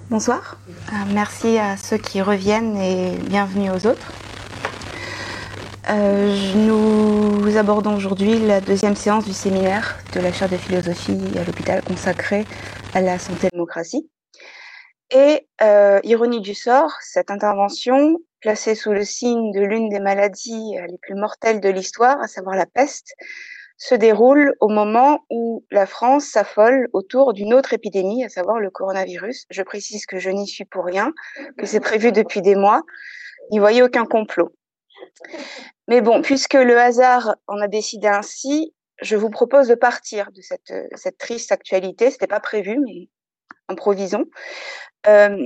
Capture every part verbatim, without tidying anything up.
Bonsoir, euh, merci à ceux qui reviennent et bienvenue aux autres. Euh, nous abordons aujourd'hui la deuxième séance du séminaire de la chaire de philosophie à l'hôpital consacrée à la santé et la démocratie. Et, euh, ironie du sort, cette intervention, placée sous le signe de l'une des maladies les plus mortelles de l'histoire, à savoir la peste, se déroule au moment où la France s'affole autour d'une autre épidémie, à savoir le coronavirus. Je précise que je n'y suis pour rien, que c'est prévu depuis des mois. N'y voyez aucun complot. Mais bon, puisque le hasard en a décidé ainsi, je vous propose de partir de cette, cette triste actualité. C'était pas prévu, mais improvisons. Euh,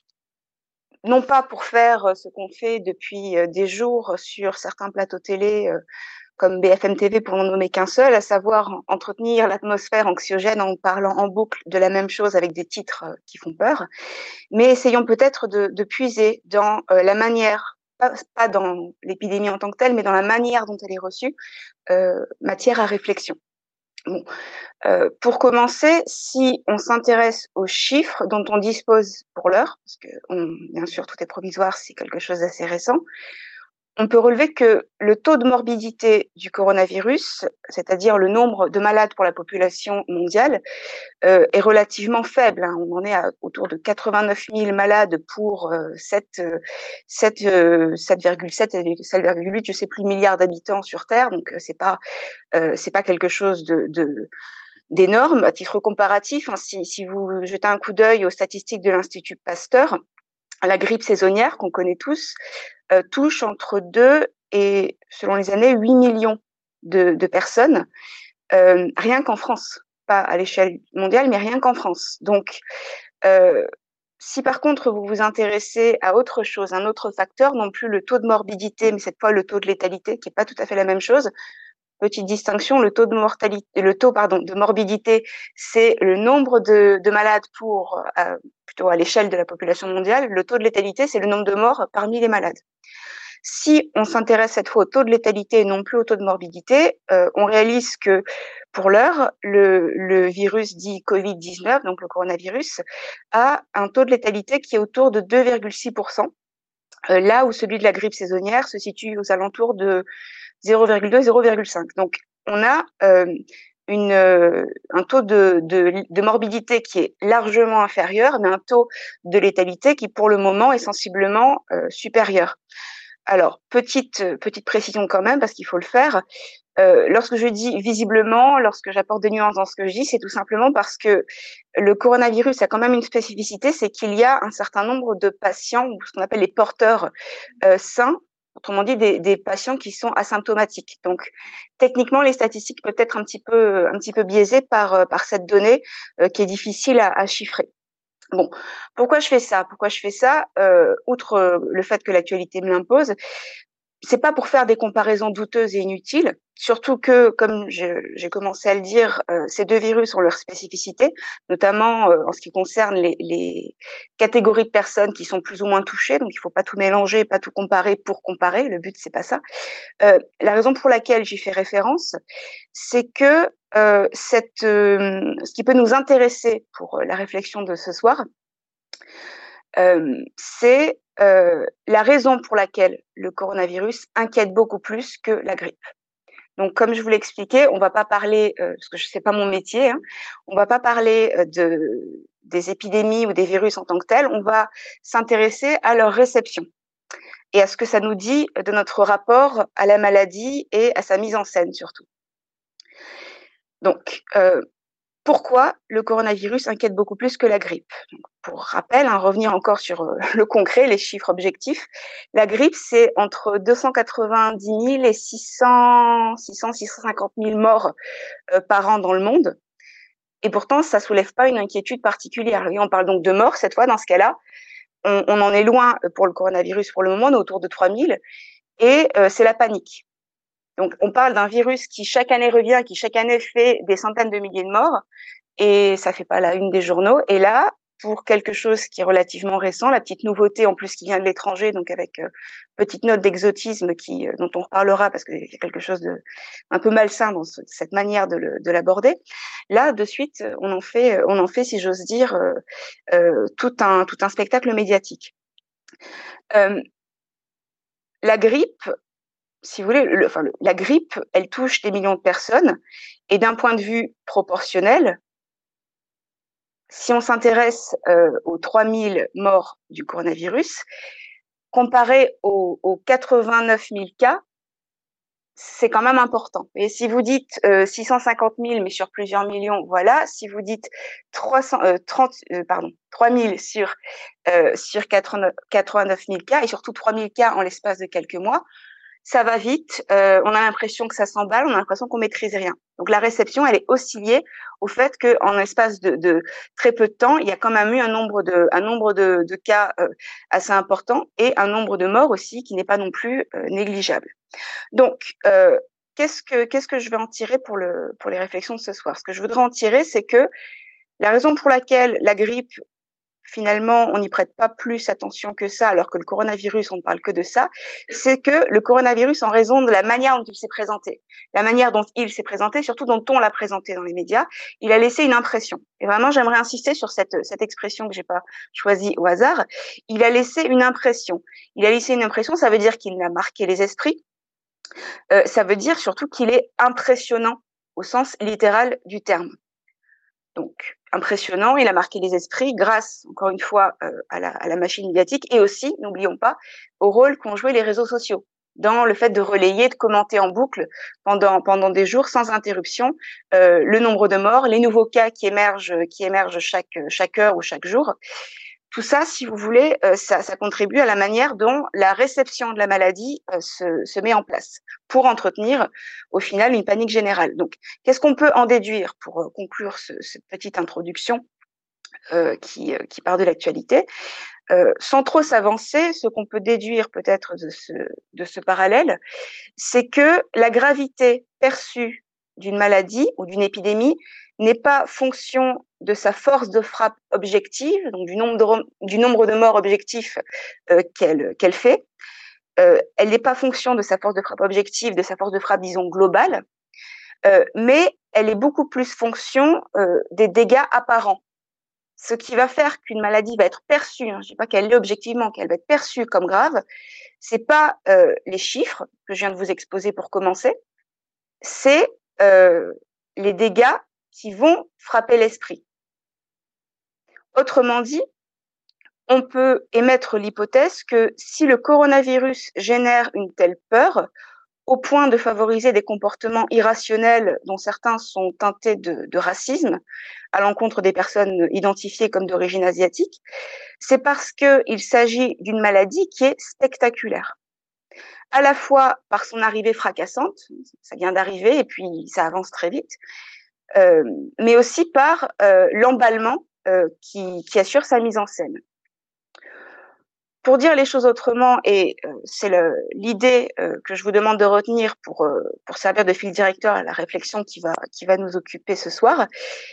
non pas pour faire ce qu'on fait depuis des jours sur certains plateaux télé, euh, comme B F M T V pour n'en nommer qu'un seul, à savoir entretenir l'atmosphère anxiogène en parlant en boucle de la même chose avec des titres qui font peur, mais essayons peut-être de, de puiser dans euh, la manière, pas, pas dans l'épidémie en tant que telle, mais dans la manière dont elle est reçue, euh, matière à réflexion. Bon. Euh, pour commencer, si on s'intéresse aux chiffres dont on dispose pour l'heure, parce que on, bien sûr tout est provisoire, c'est quelque chose d'assez récent, on peut relever que le taux de morbidité du coronavirus, c'est-à-dire le nombre de malades pour la population mondiale, euh, est relativement faible. Hein. On en est à autour de quatre-vingt-neuf mille malades pour euh, sept virgule sept et sept virgule huit, je sais plus, milliards d'habitants sur Terre. Donc c'est pas euh, c'est pas quelque chose de, de d'énorme. À titre comparatif, hein, si, si vous jetez un coup d'œil aux statistiques de l'Institut Pasteur, la grippe saisonnière qu'on connaît tous euh, touche entre deux et, selon les années, huit millions de, de personnes, euh, rien qu'en France, pas à l'échelle mondiale, mais rien qu'en France. Donc, euh, si par contre vous vous intéressez à autre chose, un autre facteur, non plus le taux de morbidité, mais cette fois le taux de létalité, qui est pas tout à fait la même chose. Petite distinction, le taux de mortalité, le taux pardon de morbidité, c'est le nombre de, de malades pour euh, plutôt à l'échelle de la population mondiale. Le taux de létalité, c'est le nombre de morts parmi les malades. Si on s'intéresse cette fois au taux de létalité et non plus au taux de morbidité, euh, on réalise que pour l'heure, le, le virus dit covid dix-neuf, donc le coronavirus, a un taux de létalité qui est autour de deux virgule six pour cent, euh, là où celui de la grippe saisonnière se situe aux alentours de zéro virgule deux, zéro virgule cinq. Donc, on a euh, une, euh, un taux de, de, de morbidité qui est largement inférieur, mais un taux de létalité qui, pour le moment, est sensiblement euh, supérieur. Alors, petite, petite précision quand même, parce qu'il faut le faire. Euh, lorsque je dis visiblement, lorsque j'apporte des nuances dans ce que je dis, c'est tout simplement parce que le coronavirus a quand même une spécificité, c'est qu'il y a un certain nombre de patients, ou ce qu'on appelle les porteurs euh, sains, autrement dit des, des patients qui sont asymptomatiques. Donc, techniquement, les statistiques peuvent être un petit peu, un petit peu biaisées par, par cette donnée euh, qui est difficile à, à chiffrer. Bon, pourquoi je fais ça Pourquoi je fais ça euh, Outre le fait que l'actualité me l'impose, c'est pas pour faire des comparaisons douteuses et inutiles, surtout que, comme je, j'ai commencé à le dire, euh, ces deux virus ont leurs spécificités, notamment euh, en ce qui concerne les, les catégories de personnes qui sont plus ou moins touchées, donc il faut pas tout mélanger, pas tout comparer pour comparer, le but c'est pas ça. Euh, la raison pour laquelle j'y fais référence, c'est que euh, cette, euh, ce qui peut nous intéresser pour la réflexion de ce soir, euh, c'est euh, la raison pour laquelle le coronavirus inquiète beaucoup plus que la grippe. Donc, comme je vous l'ai expliqué, on va pas parler, euh, parce que je sais pas mon métier, hein, on va pas parler de des épidémies ou des virus en tant que tels. On va s'intéresser à leur réception et à ce que ça nous dit de notre rapport à la maladie et à sa mise en scène surtout. Donc, euh, pourquoi le coronavirus inquiète beaucoup plus que la grippe? Donc, pour rappel, hein, revenir encore sur euh, le concret, les chiffres objectifs. La grippe, c'est entre deux cent quatre-vingt-dix mille et six cents, six cents, six cent cinquante mille morts euh, par an dans le monde. Et pourtant, ça soulève pas une inquiétude particulière. Et on parle donc de morts cette fois. Dans ce cas-là, on, on en est loin pour le coronavirus pour le moment, on est autour de trois mille. Et euh, c'est la panique. Donc, on parle d'un virus qui chaque année revient, qui chaque année fait des centaines de milliers de morts, et ça fait pas la une des journaux. Et là, pour quelque chose qui est relativement récent, la petite nouveauté en plus qui vient de l'étranger, donc avec euh, petite note d'exotisme qui euh, dont on reparlera parce qu'il y a quelque chose de un peu malsain dans ce, cette manière de, le, de l'aborder. Là, de suite, on en fait, on en fait, si j'ose dire, euh, euh, tout un tout un spectacle médiatique. Euh, la grippe, si vous voulez, le, enfin, le, la grippe, elle touche des millions de personnes et d'un point de vue proportionnel, si on s'intéresse euh, aux trois mille morts du coronavirus, comparé aux, aux quatre-vingt-neuf mille cas, c'est quand même important. Et si vous dites euh, six cent cinquante mille, mais sur plusieurs millions, voilà. Si vous dites trois cents, euh, trente, euh, pardon, trois mille sur, euh, sur quatre-vingt-neuf mille cas, et surtout trois mille cas en l'espace de quelques mois, ça va vite, euh, on a l'impression que ça s'emballe, on a l'impression qu'on maîtrise rien. Donc la réception, elle est aussi liée au fait qu'en espace de, de très peu de temps, il y a quand même eu un nombre de, un nombre de, de cas euh, assez important et un nombre de morts aussi qui n'est pas non plus euh, négligeable. Donc, euh, qu'est-ce que qu'est-ce que je vais en tirer pour le pour les réflexions de ce soir? Ce que je voudrais en tirer, c'est que la raison pour laquelle la grippe, finalement, on n'y prête pas plus attention que ça, alors que le coronavirus, on ne parle que de ça, c'est que le coronavirus, en raison de la manière dont il s'est présenté, la manière dont il s'est présenté, surtout dont on l'a présenté dans les médias, il a laissé une impression. Et vraiment, j'aimerais insister sur cette, cette expression que j'ai pas choisie au hasard. Il a laissé une impression. Il a laissé une impression, ça veut dire qu'il a marqué les esprits. Euh, ça veut dire surtout qu'il est impressionnant au sens littéral du terme. Donc, impressionnant, il a marqué les esprits grâce, encore une fois, euh, à, la, à la machine médiatique et aussi, n'oublions pas, au rôle qu'ont joué les réseaux sociaux dans le fait de relayer, de commenter en boucle pendant, pendant des jours sans interruption euh, le nombre de morts, les nouveaux cas qui émergent, qui émergent chaque, chaque heure ou chaque jour. Tout ça, si vous voulez, euh, ça, ça contribue à la manière dont la réception de la maladie euh, se, se met en place pour entretenir, au final, une panique générale. Donc, qu'est-ce qu'on peut en déduire pour euh, conclure ce, cette petite introduction euh, qui, euh, qui part de l'actualité euh, sans trop s'avancer, ce qu'on peut déduire peut-être de ce, de ce parallèle, c'est que la gravité perçue d'une maladie ou d'une épidémie n'est pas fonction de sa force de frappe objective, donc du nombre de, du nombre de morts objectifs euh, qu'elle qu'elle fait. Euh, elle n'est pas fonction de sa force de frappe objective, de sa force de frappe, disons, globale, euh, mais elle est beaucoup plus fonction euh, des dégâts apparents. Ce qui va faire qu'une maladie va être perçue, hein, je ne dis pas qu'elle l'est objectivement, qu'elle va être perçue comme grave, c'est pas euh, les chiffres que je viens de vous exposer pour commencer, c'est euh, les dégâts qui vont frapper l'esprit. Autrement dit, on peut émettre l'hypothèse que si le coronavirus génère une telle peur, au point de favoriser des comportements irrationnels dont certains sont teintés de, de racisme à l'encontre des personnes identifiées comme d'origine asiatique, c'est parce qu'il s'agit d'une maladie qui est spectaculaire. À la fois par son arrivée fracassante, ça vient d'arriver et puis ça avance très vite, euh, mais aussi par euh, l'emballement euh, qui, qui assure sa mise en scène. Pour dire les choses autrement, et euh, c'est l'idée euh, que je vous demande de retenir pour, euh, pour servir de fil directeur à la réflexion qui va, qui va nous occuper ce soir,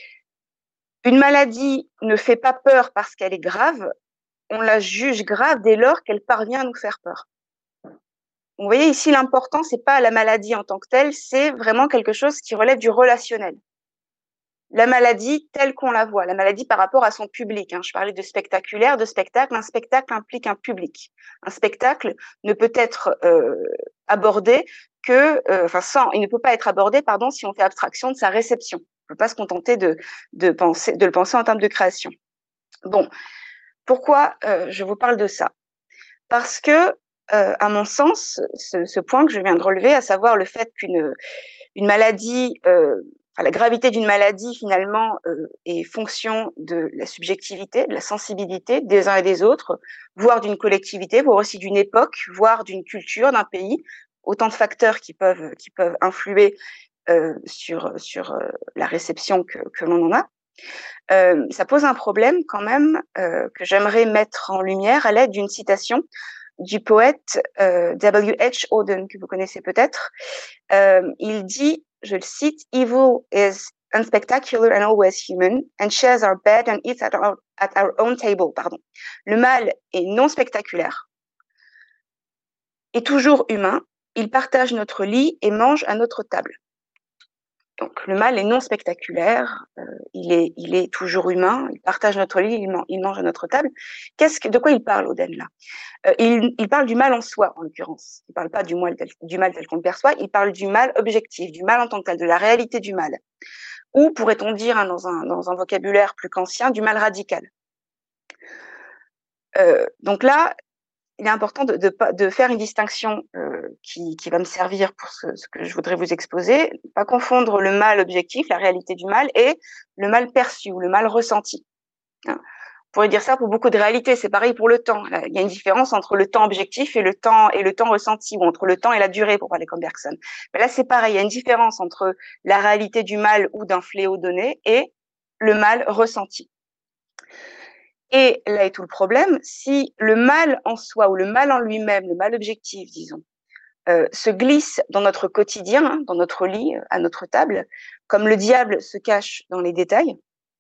une maladie ne fait pas peur parce qu'elle est grave, on la juge grave dès lors qu'elle parvient à nous faire peur. Vous voyez ici, l'important, c'est pas la maladie en tant que telle, c'est vraiment quelque chose qui relève du relationnel. La maladie telle qu'on la voit, la maladie par rapport à son public. Hein. Je parlais de spectaculaire, de spectacle. Un spectacle implique un public. Un spectacle ne peut être euh, abordé que, euh, enfin, sans, il ne peut pas être abordé, pardon, si on fait abstraction de sa réception. On ne peut pas se contenter de, de penser, de le penser en termes de création. Bon, pourquoi euh, je vous parle de ça? Parce que, euh, à mon sens, ce, ce point que je viens de relever, à savoir le fait qu'une une maladie euh, la gravité d'une maladie, finalement, euh, est fonction de la subjectivité, de la sensibilité des uns et des autres, voire d'une collectivité, voire aussi d'une époque, voire d'une culture, d'un pays. Autant de facteurs qui peuvent, qui peuvent influer euh, sur, sur euh, la réception que, que l'on en a. Euh, ça pose un problème quand même euh, que j'aimerais mettre en lumière à l'aide d'une citation du poète euh, W H Auden, que vous connaissez peut-être. Euh, il dit, je le cite, « Evil is unspectacular and always human, and shares our bed and eats at our, at our own table. Pardon. Le mal est non spectaculaire, est toujours humain, il partage notre lit et mange à notre table. Donc, le mal est non spectaculaire, euh, il, est, il est toujours humain, il partage notre lit, il, man, il mange à notre table. Qu'est-ce que, de quoi il parle, Oden, là euh, il, il parle du mal en soi, en l'occurrence. Il ne parle pas du mal tel, du mal tel qu'on le perçoit, il parle du mal objectif, du mal en tant que tel, de la réalité du mal. Ou, pourrait-on dire, hein, dans, un, dans un vocabulaire plus qu'ancien, du mal radical. Euh, donc là, il est important de, de, de faire une distinction euh, qui, qui va me servir pour ce, ce que je voudrais vous exposer. Pas confondre le mal objectif, la réalité du mal, et le mal perçu ou le mal ressenti. Hein. On pourrait dire ça pour beaucoup de réalités. C'est pareil pour le temps. Là, il y a une différence entre le temps objectif et le temps et le temps ressenti, ou entre le temps et la durée, pour parler comme Bergson. Mais là, c'est pareil. Il y a une différence entre la réalité du mal ou d'un fléau donné et le mal ressenti. Et là est tout le problème, si le mal en soi ou le mal en lui-même, le mal objectif, disons, euh, se glisse dans notre quotidien, hein, dans notre lit, à notre table, comme le diable se cache dans les détails,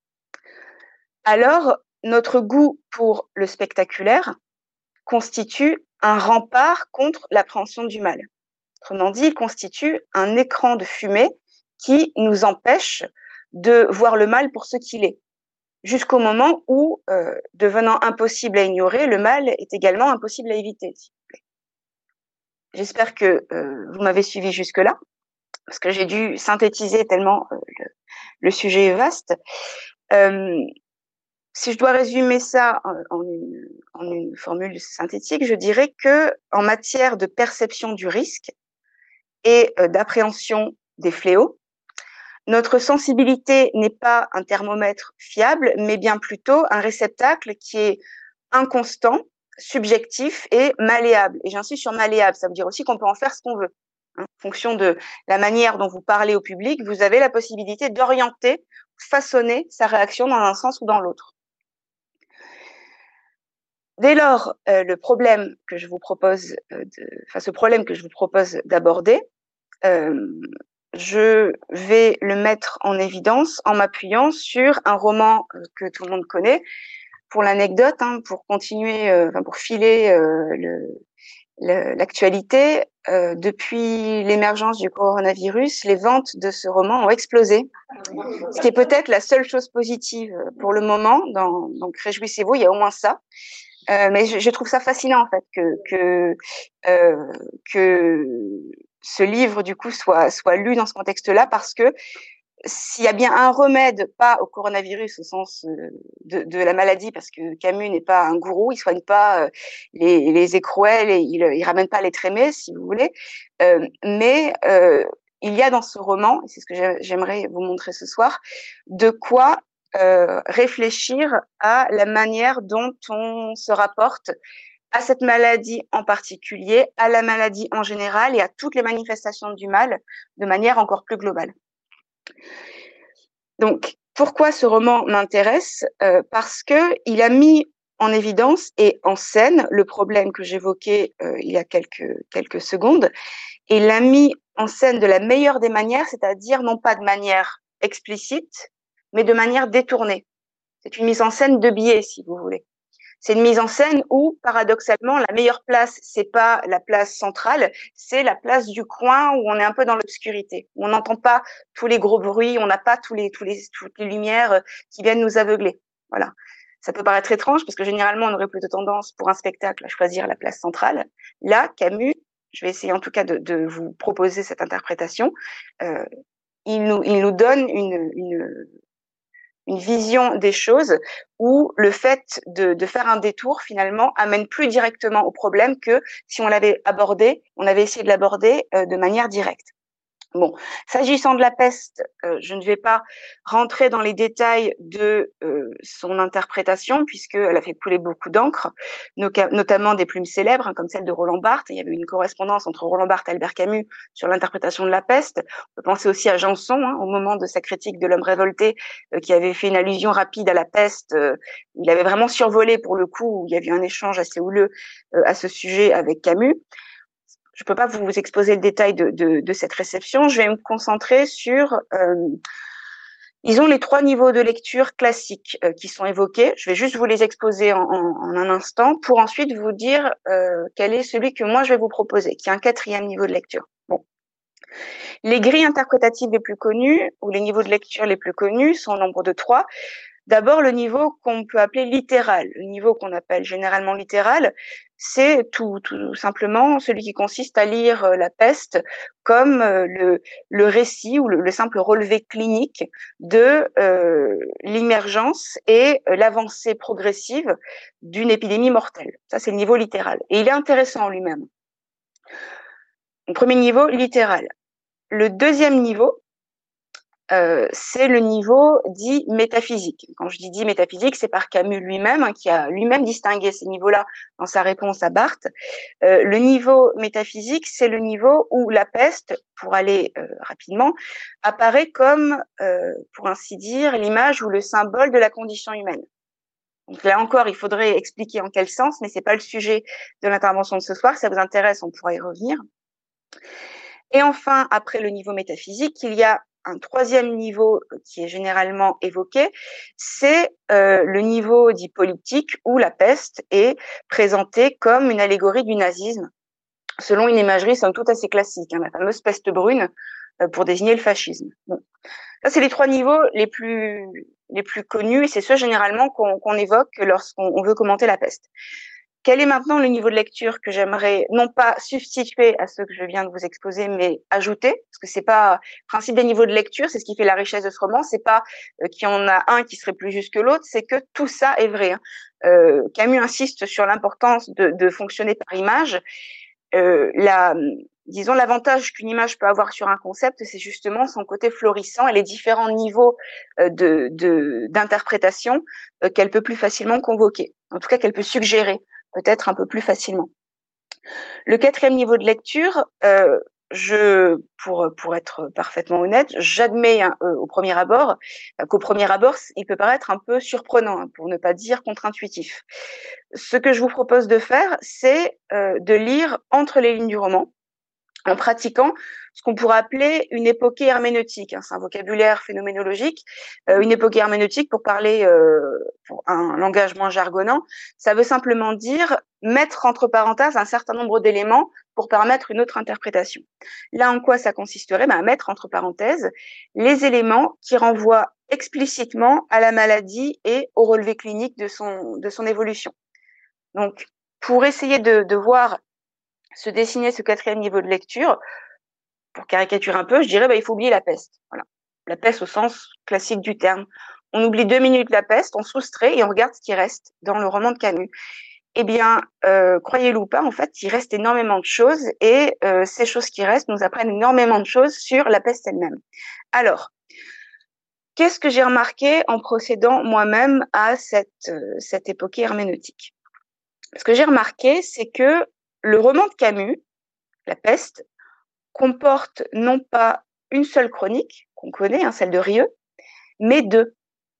alors notre goût pour le spectaculaire constitue un rempart contre l'appréhension du mal. Autrement dit, il constitue un écran de fumée qui nous empêche de voir le mal pour ce qu'il est. Jusqu'au moment où, euh, devenant impossible à ignorer, le mal est également impossible à éviter. S'il vous plaît. J'espère que euh, vous m'avez suivi jusque-là, parce que j'ai dû synthétiser tellement euh, le, le sujet est vaste. Euh, si je dois résumer ça en, en, une, en une formule synthétique, je dirais que en matière de perception du risque et euh, d'appréhension des fléaux, notre sensibilité n'est pas un thermomètre fiable, mais bien plutôt un réceptacle qui est inconstant, subjectif et malléable. Et j'insiste sur malléable, ça veut dire aussi qu'on peut en faire ce qu'on veut. Hein. En fonction de la manière dont vous parlez au public, vous avez la possibilité d'orienter, façonner sa réaction dans un sens ou dans l'autre. Dès lors, euh, le problème que je vous propose, euh, de, enfin ce problème que je vous propose d'aborder, euh, je vais le mettre en évidence en m'appuyant sur un roman que tout le monde connaît. Pour l'anecdote, hein, pour continuer, euh, enfin pour filer euh, le, le, l'actualité, euh, depuis l'émergence du coronavirus, les ventes de ce roman ont explosé. Ce qui est peut-être la seule chose positive pour le moment. Dans, donc réjouissez-vous, il y a au moins ça. Euh, mais je, je trouve ça fascinant en fait que que euh, que ce livre du coup soit soit lu dans ce contexte-là, parce que s'il y a bien un remède, pas au coronavirus au sens de, de la maladie, parce que Camus n'est pas un gourou, il soigne pas euh, les, les écrouelles et il, il ramène pas les trémés, si vous voulez, euh, mais euh, il y a dans ce roman, et c'est ce que j'aimerais vous montrer ce soir, de quoi euh, réfléchir à la manière dont on se rapporte à cette maladie en particulier, à la maladie en général et à toutes les manifestations du mal de manière encore plus globale. Donc, pourquoi ce roman m'intéresse ? euh, Parce que il a mis en évidence et en scène le problème que j'évoquais euh, il y a quelques quelques secondes, et l'a mis en scène de la meilleure des manières, c'est-à-dire non pas de manière explicite, mais de manière détournée. C'est une mise en scène de biais, si vous voulez. C'est une mise en scène où, paradoxalement, la meilleure place, c'est pas la place centrale, c'est la place du coin où on est un peu dans l'obscurité, où on n'entend pas tous les gros bruits, on n'a pas tous les, tous les, toutes les lumières qui viennent nous aveugler. Voilà. Ça peut paraître étrange parce que généralement, on aurait plutôt tendance pour un spectacle à choisir la place centrale. Là, Camus, je vais essayer en tout cas de, de vous proposer cette interprétation, euh, il nous, il nous donne une, une, une vision des choses où le fait de, de faire un détour, finalement, amène plus directement au problème que si on l'avait abordé, on avait essayé de l'aborder euh, de manière directe. Bon, s'agissant de la peste, euh, je ne vais pas rentrer dans les détails de euh, son interprétation, puisqu'elle a fait couler beaucoup d'encre, no notamment des plumes célèbres, hein, comme celle de Roland Barthes. Il y avait une correspondance entre Roland Barthes et Albert Camus sur l'interprétation de la peste. On peut penser aussi à Janson, hein, au moment de sa critique de L'homme révolté, euh, qui avait fait une allusion rapide à la peste. Euh, il avait vraiment survolé, pour le coup, où il y avait eu un échange assez houleux euh, à ce sujet avec Camus. Je peux pas vous exposer le détail de, de, de cette réception. Je vais me concentrer sur euh, Ils ont les trois niveaux de lecture classiques euh, qui sont évoqués. Je vais juste vous les exposer en, en, en un instant pour ensuite vous dire euh, quel est celui que moi je vais vous proposer, qui est un quatrième niveau de lecture. Bon. Les grilles interprétatives les plus connues, ou les niveaux de lecture les plus connus, sont au nombre de trois. D'abord, le niveau qu'on peut appeler littéral. Le niveau qu'on appelle généralement littéral, c'est tout, tout simplement celui qui consiste à lire la peste comme le, le récit ou le, le simple relevé clinique de euh, l'émergence et l'avancée progressive d'une épidémie mortelle. Ça, c'est le niveau littéral. Et il est intéressant en lui-même. Le premier niveau, littéral. Le deuxième niveau, Euh, c'est le niveau dit métaphysique. Quand je dis dit métaphysique, c'est par Camus lui-même, hein, qui a lui-même distingué ces niveaux-là dans sa réponse à Barthes. Euh, le niveau métaphysique, c'est le niveau où la peste, pour aller euh, rapidement, apparaît comme, euh, pour ainsi dire, l'image ou le symbole de la condition humaine. Donc là encore, il faudrait expliquer en quel sens, mais c'est pas le sujet de l'intervention de ce soir. Si ça vous intéresse, on pourra y revenir. Et enfin, après le niveau métaphysique, il y a un troisième niveau qui est généralement évoqué, c'est euh, le niveau dit politique où la peste est présentée comme une allégorie du nazisme, selon une imagerie somme toute assez classique, hein, la fameuse peste brune euh, pour désigner le fascisme. Bon. Ça, c'est les trois niveaux les plus, les plus connus et c'est ceux généralement qu'on qu'on évoque lorsqu'on veut commenter la peste. Quel est maintenant le niveau de lecture que j'aimerais non pas substituer à ceux que je viens de vous exposer, mais ajouter, parce que c'est pas le principe des niveaux de lecture, c'est ce qui fait la richesse de ce roman, c'est pas euh, qu'il y en a un qui serait plus juste que l'autre, c'est que tout ça est vrai. Hein. Euh, Camus insiste sur l'importance de, de fonctionner par image. Euh, la, disons l'avantage qu'une image peut avoir sur un concept, c'est justement son côté florissant et les différents niveaux euh, de, de, d'interprétation euh, qu'elle peut plus facilement convoquer, en tout cas qu'elle peut suggérer peut-être un peu plus facilement. Le quatrième niveau de lecture, euh, je, pour, pour être parfaitement honnête, j'admets hein, euh, au premier abord euh, qu'au premier abord, il peut paraître un peu surprenant, hein, pour ne pas dire contre-intuitif. Ce que je vous propose de faire, c'est euh, de lire entre les lignes du roman, en pratiquant ce qu'on pourrait appeler une époquée herméneutique. Hein, c'est un vocabulaire phénoménologique. Euh, une époquée herméneutique, pour parler euh, pour un langage moins jargonnant, ça veut simplement dire mettre entre parenthèses un certain nombre d'éléments pour permettre une autre interprétation. Là, en quoi ça consisterait? Ben, à mettre entre parenthèses les éléments qui renvoient explicitement à la maladie et au relevé clinique de son, de son évolution. Donc, pour essayer de, de voir se dessiner ce quatrième niveau de lecture, pour caricaturer un peu, je dirais bah, il faut oublier la peste. Voilà. La peste au sens classique du terme. On oublie deux minutes la peste, on soustrait et on regarde ce qui reste dans le roman de Camus. Eh bien, euh, croyez-le ou pas, en fait, il reste énormément de choses et euh, ces choses qui restent nous apprennent énormément de choses sur la peste elle-même. Alors, qu'est-ce que j'ai remarqué en procédant moi-même à cette, euh, cette époque herméneutique? Ce que j'ai remarqué, c'est que le roman de Camus, La peste, comporte non pas une seule chronique, qu'on connaît, hein, celle de Rieux, mais deux.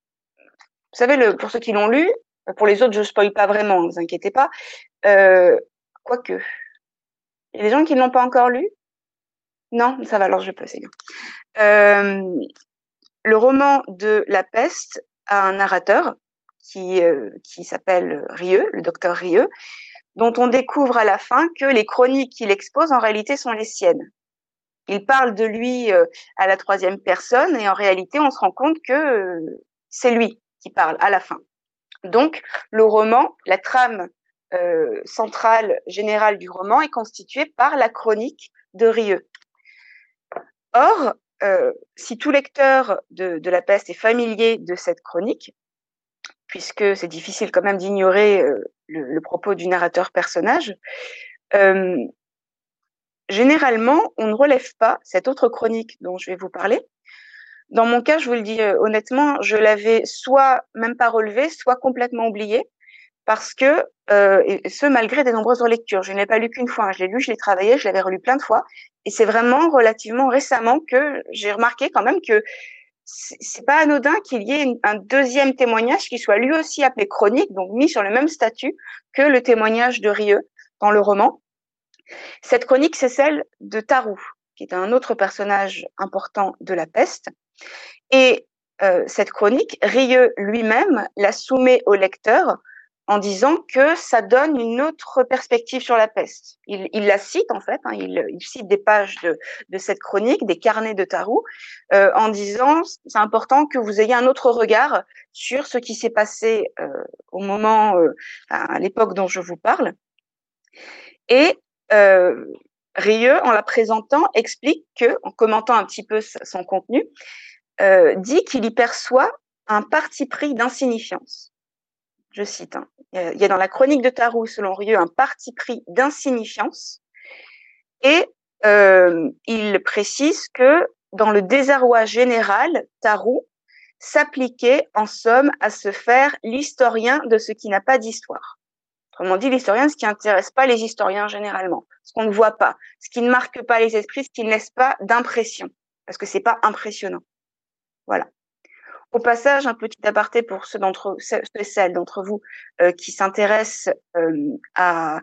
Vous savez, le, pour ceux qui l'ont lu, pour les autres, je ne spoil pas vraiment, ne vous inquiétez pas, euh, quoique. Il y a des gens qui ne l'ont pas encore lu? Non? Ça va, alors je peux, c'est bien. Euh, le roman de La peste a un narrateur qui, euh, qui s'appelle Rieux, le docteur Rieux, dont on découvre à la fin que les chroniques qu'il expose, en réalité, sont les siennes. Il parle de lui euh, à la troisième personne et en réalité, on se rend compte que euh, c'est lui qui parle à la fin. Donc, le roman, la trame euh, centrale générale du roman est constituée par la chronique de Rieux. Or, euh, si tout lecteur de, de La peste est familier de cette chronique, puisque c'est difficile quand même d'ignorer euh, le, le propos du narrateur personnage, euh, généralement, on ne relève pas cette autre chronique dont je vais vous parler. Dans mon cas, je vous le dis euh, honnêtement, je l'avais soit même pas relevée, soit complètement oubliée, parce que, euh, et ce, malgré des nombreuses relectures. Je ne l'ai pas lu qu'une fois, hein. Je l'ai lu, je l'ai travaillé, je l'avais relu plein de fois, et c'est vraiment relativement récemment que j'ai remarqué quand même que c'est pas anodin qu'il y ait une, un deuxième témoignage qui soit lui aussi appelé chronique, donc mis sur le même statut que le témoignage de Rieux dans le roman. Cette chronique, c'est celle de Tarou, qui est un autre personnage important de La peste. Et euh, cette chronique, Rieu lui-même la soumet au lecteur en disant que ça donne une autre perspective sur la peste. Il, il la cite en fait, hein, il, il cite des pages de, de cette chronique, des carnets de Tarrou, euh, en disant c'est important que vous ayez un autre regard sur ce qui s'est passé euh, au moment, euh, à l'époque dont je vous parle. Et euh, Rieu, en la présentant, explique que, en commentant un petit peu son contenu, euh, dit qu'il y perçoit un parti pris d'insignifiance. Je cite, hein, il y a dans la chronique de Tarrou, selon Rieu, un parti pris d'insignifiance, et euh, il précise que dans le désarroi général, Tarrou s'appliquait en somme à se faire l'historien de ce qui n'a pas d'histoire. Autrement dit, l'historien, ce qui n'intéresse pas les historiens généralement, ce qu'on ne voit pas, ce qui ne marque pas les esprits, ce qui ne laisse pas d'impression, parce que c'est pas impressionnant. Voilà. Au passage, un petit aparté pour ceux d'entre ceux et celles d'entre vous euh, qui s'intéressent euh, à,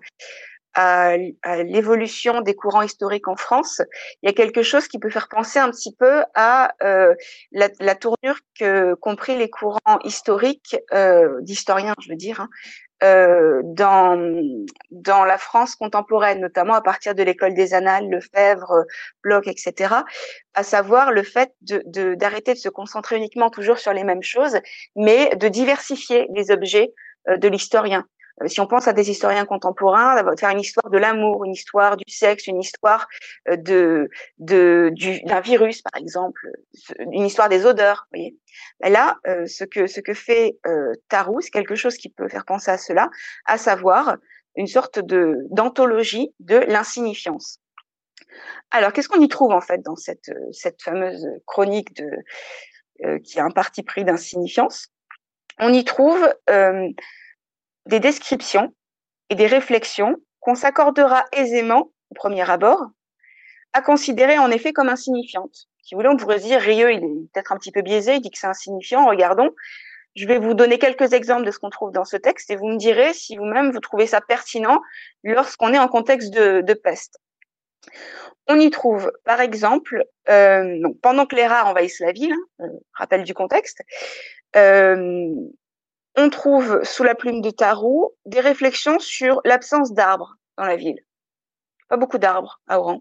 à, à l'évolution des courants historiques en France, il y a quelque chose qui peut faire penser un petit peu à euh, la, la tournure que qu'ont pris les courants historiques, euh, d'historiens, je veux dire, hein, euh, dans dans la France contemporaine, notamment à partir de l'école des Annales, Lefebvre, Bloch, et cetera, à savoir le fait de, de d'arrêter de se concentrer uniquement toujours sur les mêmes choses, mais de diversifier les objets euh, de l'historien. Euh, si on pense à des historiens contemporains, de faire une histoire de l'amour, une histoire du sexe, une histoire euh, de de du d'un virus par exemple, une histoire des odeurs, vous voyez. Et là, euh, ce que ce que fait euh, Tarrou, c'est quelque chose qui peut faire penser à cela, à savoir une sorte de d'anthologie de l'insignifiance. Alors, qu'est-ce qu'on y trouve en fait dans cette cette fameuse chronique de euh, qui a un parti pris d'insignifiance? On y trouve euh, des descriptions et des réflexions qu'on s'accordera aisément au premier abord à considérer en effet comme insignifiantes. Si vous voulez, on pourrait se dire Rieu, il est peut-être un petit peu biaisé, il dit que c'est insignifiant. Regardons. Je vais vous donner quelques exemples de ce qu'on trouve dans ce texte et vous me direz si vous-même vous trouvez ça pertinent lorsqu'on est en contexte de, de peste. On y trouve, par exemple, euh, donc, pendant que les rats envahissent la ville, hein, rappel du contexte, euh, on trouve sous la plume de Tarrou des réflexions sur l'absence d'arbres dans la ville. Pas beaucoup d'arbres à Oran.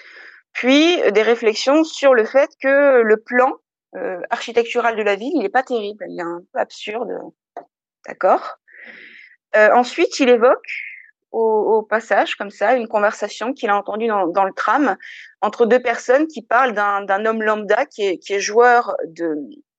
Puis des réflexions sur le fait que le plan euh, architectural de la ville, il n'est pas terrible, il est un peu absurde. D'accord. Euh, ensuite, il évoque au, au passage, comme ça, une conversation qu'il a entendue dans, dans le tram entre deux personnes qui parlent d'un, d'un homme lambda qui est, qui est joueur de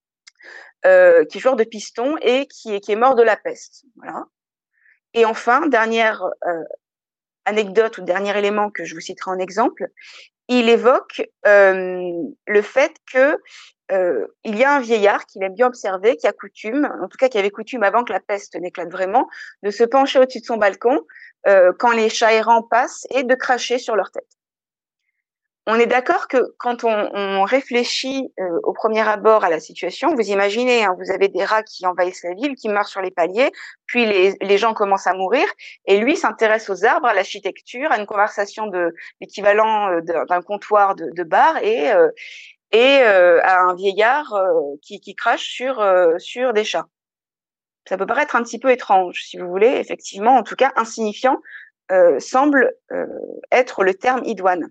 euh, qui est joueur de piston et qui est, qui est mort de la peste. Voilà. Et enfin, dernière euh, anecdote ou dernier élément que je vous citerai en exemple, il évoque euh, le fait que euh, il y a un vieillard qu'il aime bien observer, qui a coutume, en tout cas qui avait coutume avant que la peste n'éclate vraiment, de se pencher au-dessus de son balcon euh, quand les chats errants passent et de cracher sur leur tête. On est d'accord que quand on, on réfléchit euh, au premier abord à la situation, vous imaginez, hein, vous avez des rats qui envahissent la ville, qui meurent sur les paliers, puis les, les gens commencent à mourir, et lui s'intéresse aux arbres, à l'architecture, à une conversation de l'équivalent euh, d'un comptoir de, de bar, et euh, et euh, à un vieillard euh, qui, qui crache sur euh, sur des chats. Ça peut paraître un petit peu étrange, si vous voulez. Effectivement, en tout cas, insignifiant euh, semble euh, être le terme idoine.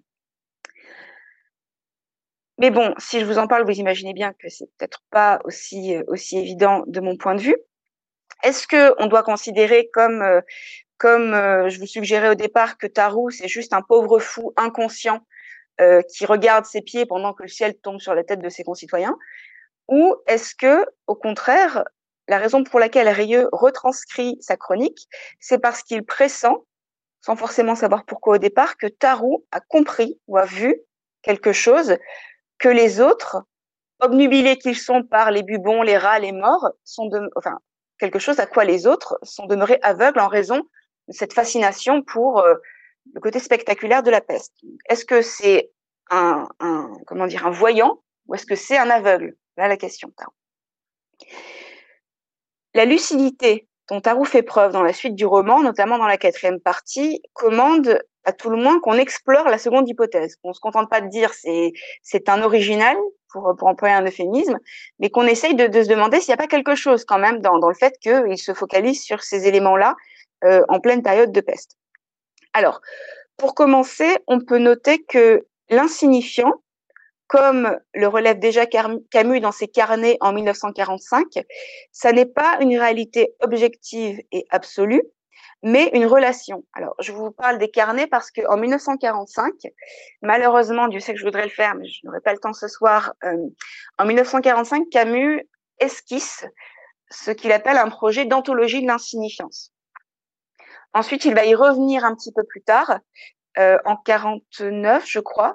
Mais bon, si je vous en parle, vous imaginez bien que c'est peut-être pas aussi aussi évident de mon point de vue. Est-ce que on doit considérer comme euh, comme euh, je vous suggérais au départ que Tarrou c'est juste un pauvre fou inconscient euh, qui regarde ses pieds pendant que le ciel tombe sur la tête de ses concitoyens, ou est-ce que au contraire la raison pour laquelle Rieu retranscrit sa chronique, c'est parce qu'il pressent, sans forcément savoir pourquoi au départ, que Tarrou a compris ou a vu quelque chose que les autres, obnubilés qu'ils sont par les bubons, les rats, les morts, sont de, enfin, quelque chose à quoi les autres sont demeurés aveugles en raison de cette fascination pour euh, le côté spectaculaire de la peste. Est-ce que c'est un, un, comment dire, un voyant ou est-ce que c'est un aveugle? Là, la question. La lucidité dont Tarrou fait preuve dans la suite du roman, notamment dans la quatrième partie, commande à tout le moins qu'on explore la seconde hypothèse. Qu'on ne se contente pas de dire c'est c'est un original, pour, pour employer un euphémisme, mais qu'on essaye de, de se demander s'il n'y a pas quelque chose quand même dans, dans le fait qu'il se focalise sur ces éléments-là euh, en pleine période de peste. Alors, pour commencer, on peut noter que l'insignifiant, comme le relève déjà Camus dans ses carnets en mille neuf cent quarante-cinq, ça n'est pas une réalité objective et absolue, mais une relation. Alors, je vous parle des carnets parce qu'en mille neuf cent quarante-cinq, malheureusement, Dieu sait que je voudrais le faire, mais je n'aurai pas le temps ce soir, euh, en mille neuf cent quarante-cinq, Camus esquisse ce qu'il appelle un projet d'anthologie de l'insignifiance. Ensuite, il va y revenir un petit peu plus tard, euh, en quarante-neuf, je crois,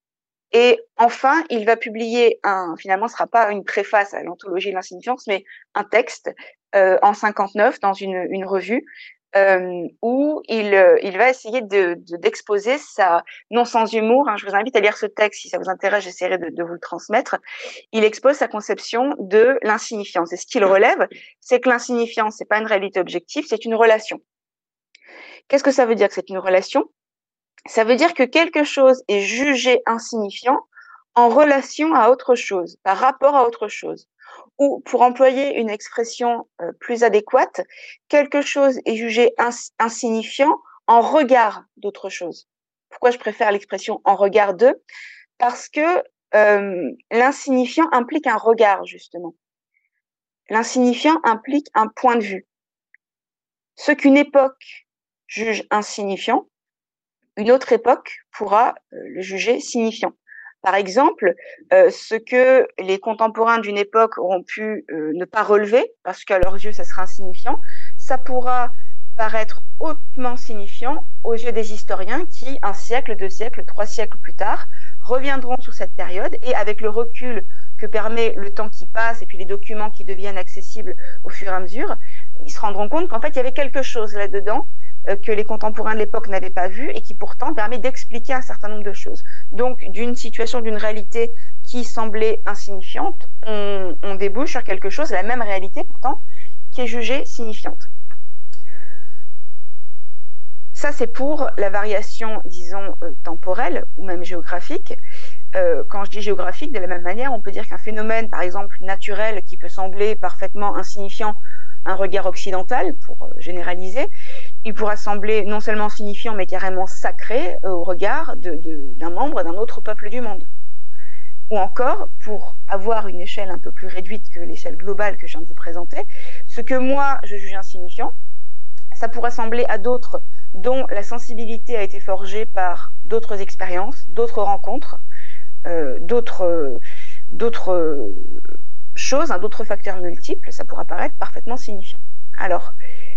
et enfin, il va publier un, finalement, ce sera pas une préface à l'anthologie de l'insignifiance, mais un texte euh, en cinquante-neuf dans une, une revue euh, où il, euh, il va essayer de, de, d'exposer sa, non sans humour, hein, je vous invite à lire ce texte si ça vous intéresse, j'essaierai de, de vous le transmettre. Il expose sa conception de l'insignifiance. Et ce qu'il relève, c'est que l'insignifiance, c'est pas une réalité objective, c'est une relation. Qu'est-ce que ça veut dire que c'est une relation ? Ça veut dire que quelque chose est jugé insignifiant en relation à autre chose, par rapport à autre chose. Ou, pour employer une expression euh, plus adéquate, quelque chose est jugé ins- insignifiant en regard d'autre chose. Pourquoi je préfère l'expression en regard de ? Parce que euh, l'insignifiant implique un regard, justement. L'insignifiant implique un point de vue. Ce qu'une époque juge insignifiant, une autre époque pourra euh, le juger signifiant. Par exemple, euh, ce que les contemporains d'une époque auront pu euh, ne pas relever, parce qu'à leurs yeux, ça sera insignifiant, ça pourra paraître hautement signifiant aux yeux des historiens qui, un siècle, deux siècles, trois siècles plus tard, reviendront sur cette période et avec le recul que permet le temps qui passe et puis les documents qui deviennent accessibles au fur et à mesure, ils se rendront compte qu'en fait, il y avait quelque chose là-dedans que les contemporains de l'époque n'avaient pas vu et qui pourtant permet d'expliquer un certain nombre de choses. Donc, d'une situation, d'une réalité qui semblait insignifiante, on, on débouche sur quelque chose, la même réalité pourtant, qui est jugée signifiante. Ça, c'est pour la variation, disons, euh, temporelle ou même géographique. Euh, quand je dis géographique, de la même manière, on peut dire qu'un phénomène, par exemple, naturel, qui peut sembler parfaitement insignifiant à un regard occidental, pour généraliser, il pourra sembler non seulement signifiant, mais carrément sacré euh, au regard de, de, d'un membre d'un autre peuple du monde. Ou encore, pour avoir une échelle un peu plus réduite que l'échelle globale que je viens de vous présenter, ce que moi, je juge insignifiant, ça pourrait sembler à d'autres dont la sensibilité a été forgée par d'autres expériences, d'autres rencontres, euh, d'autres, euh, d'autres euh, choses, hein, d'autres facteurs multiples, ça pourra paraître parfaitement signifiant. Alors,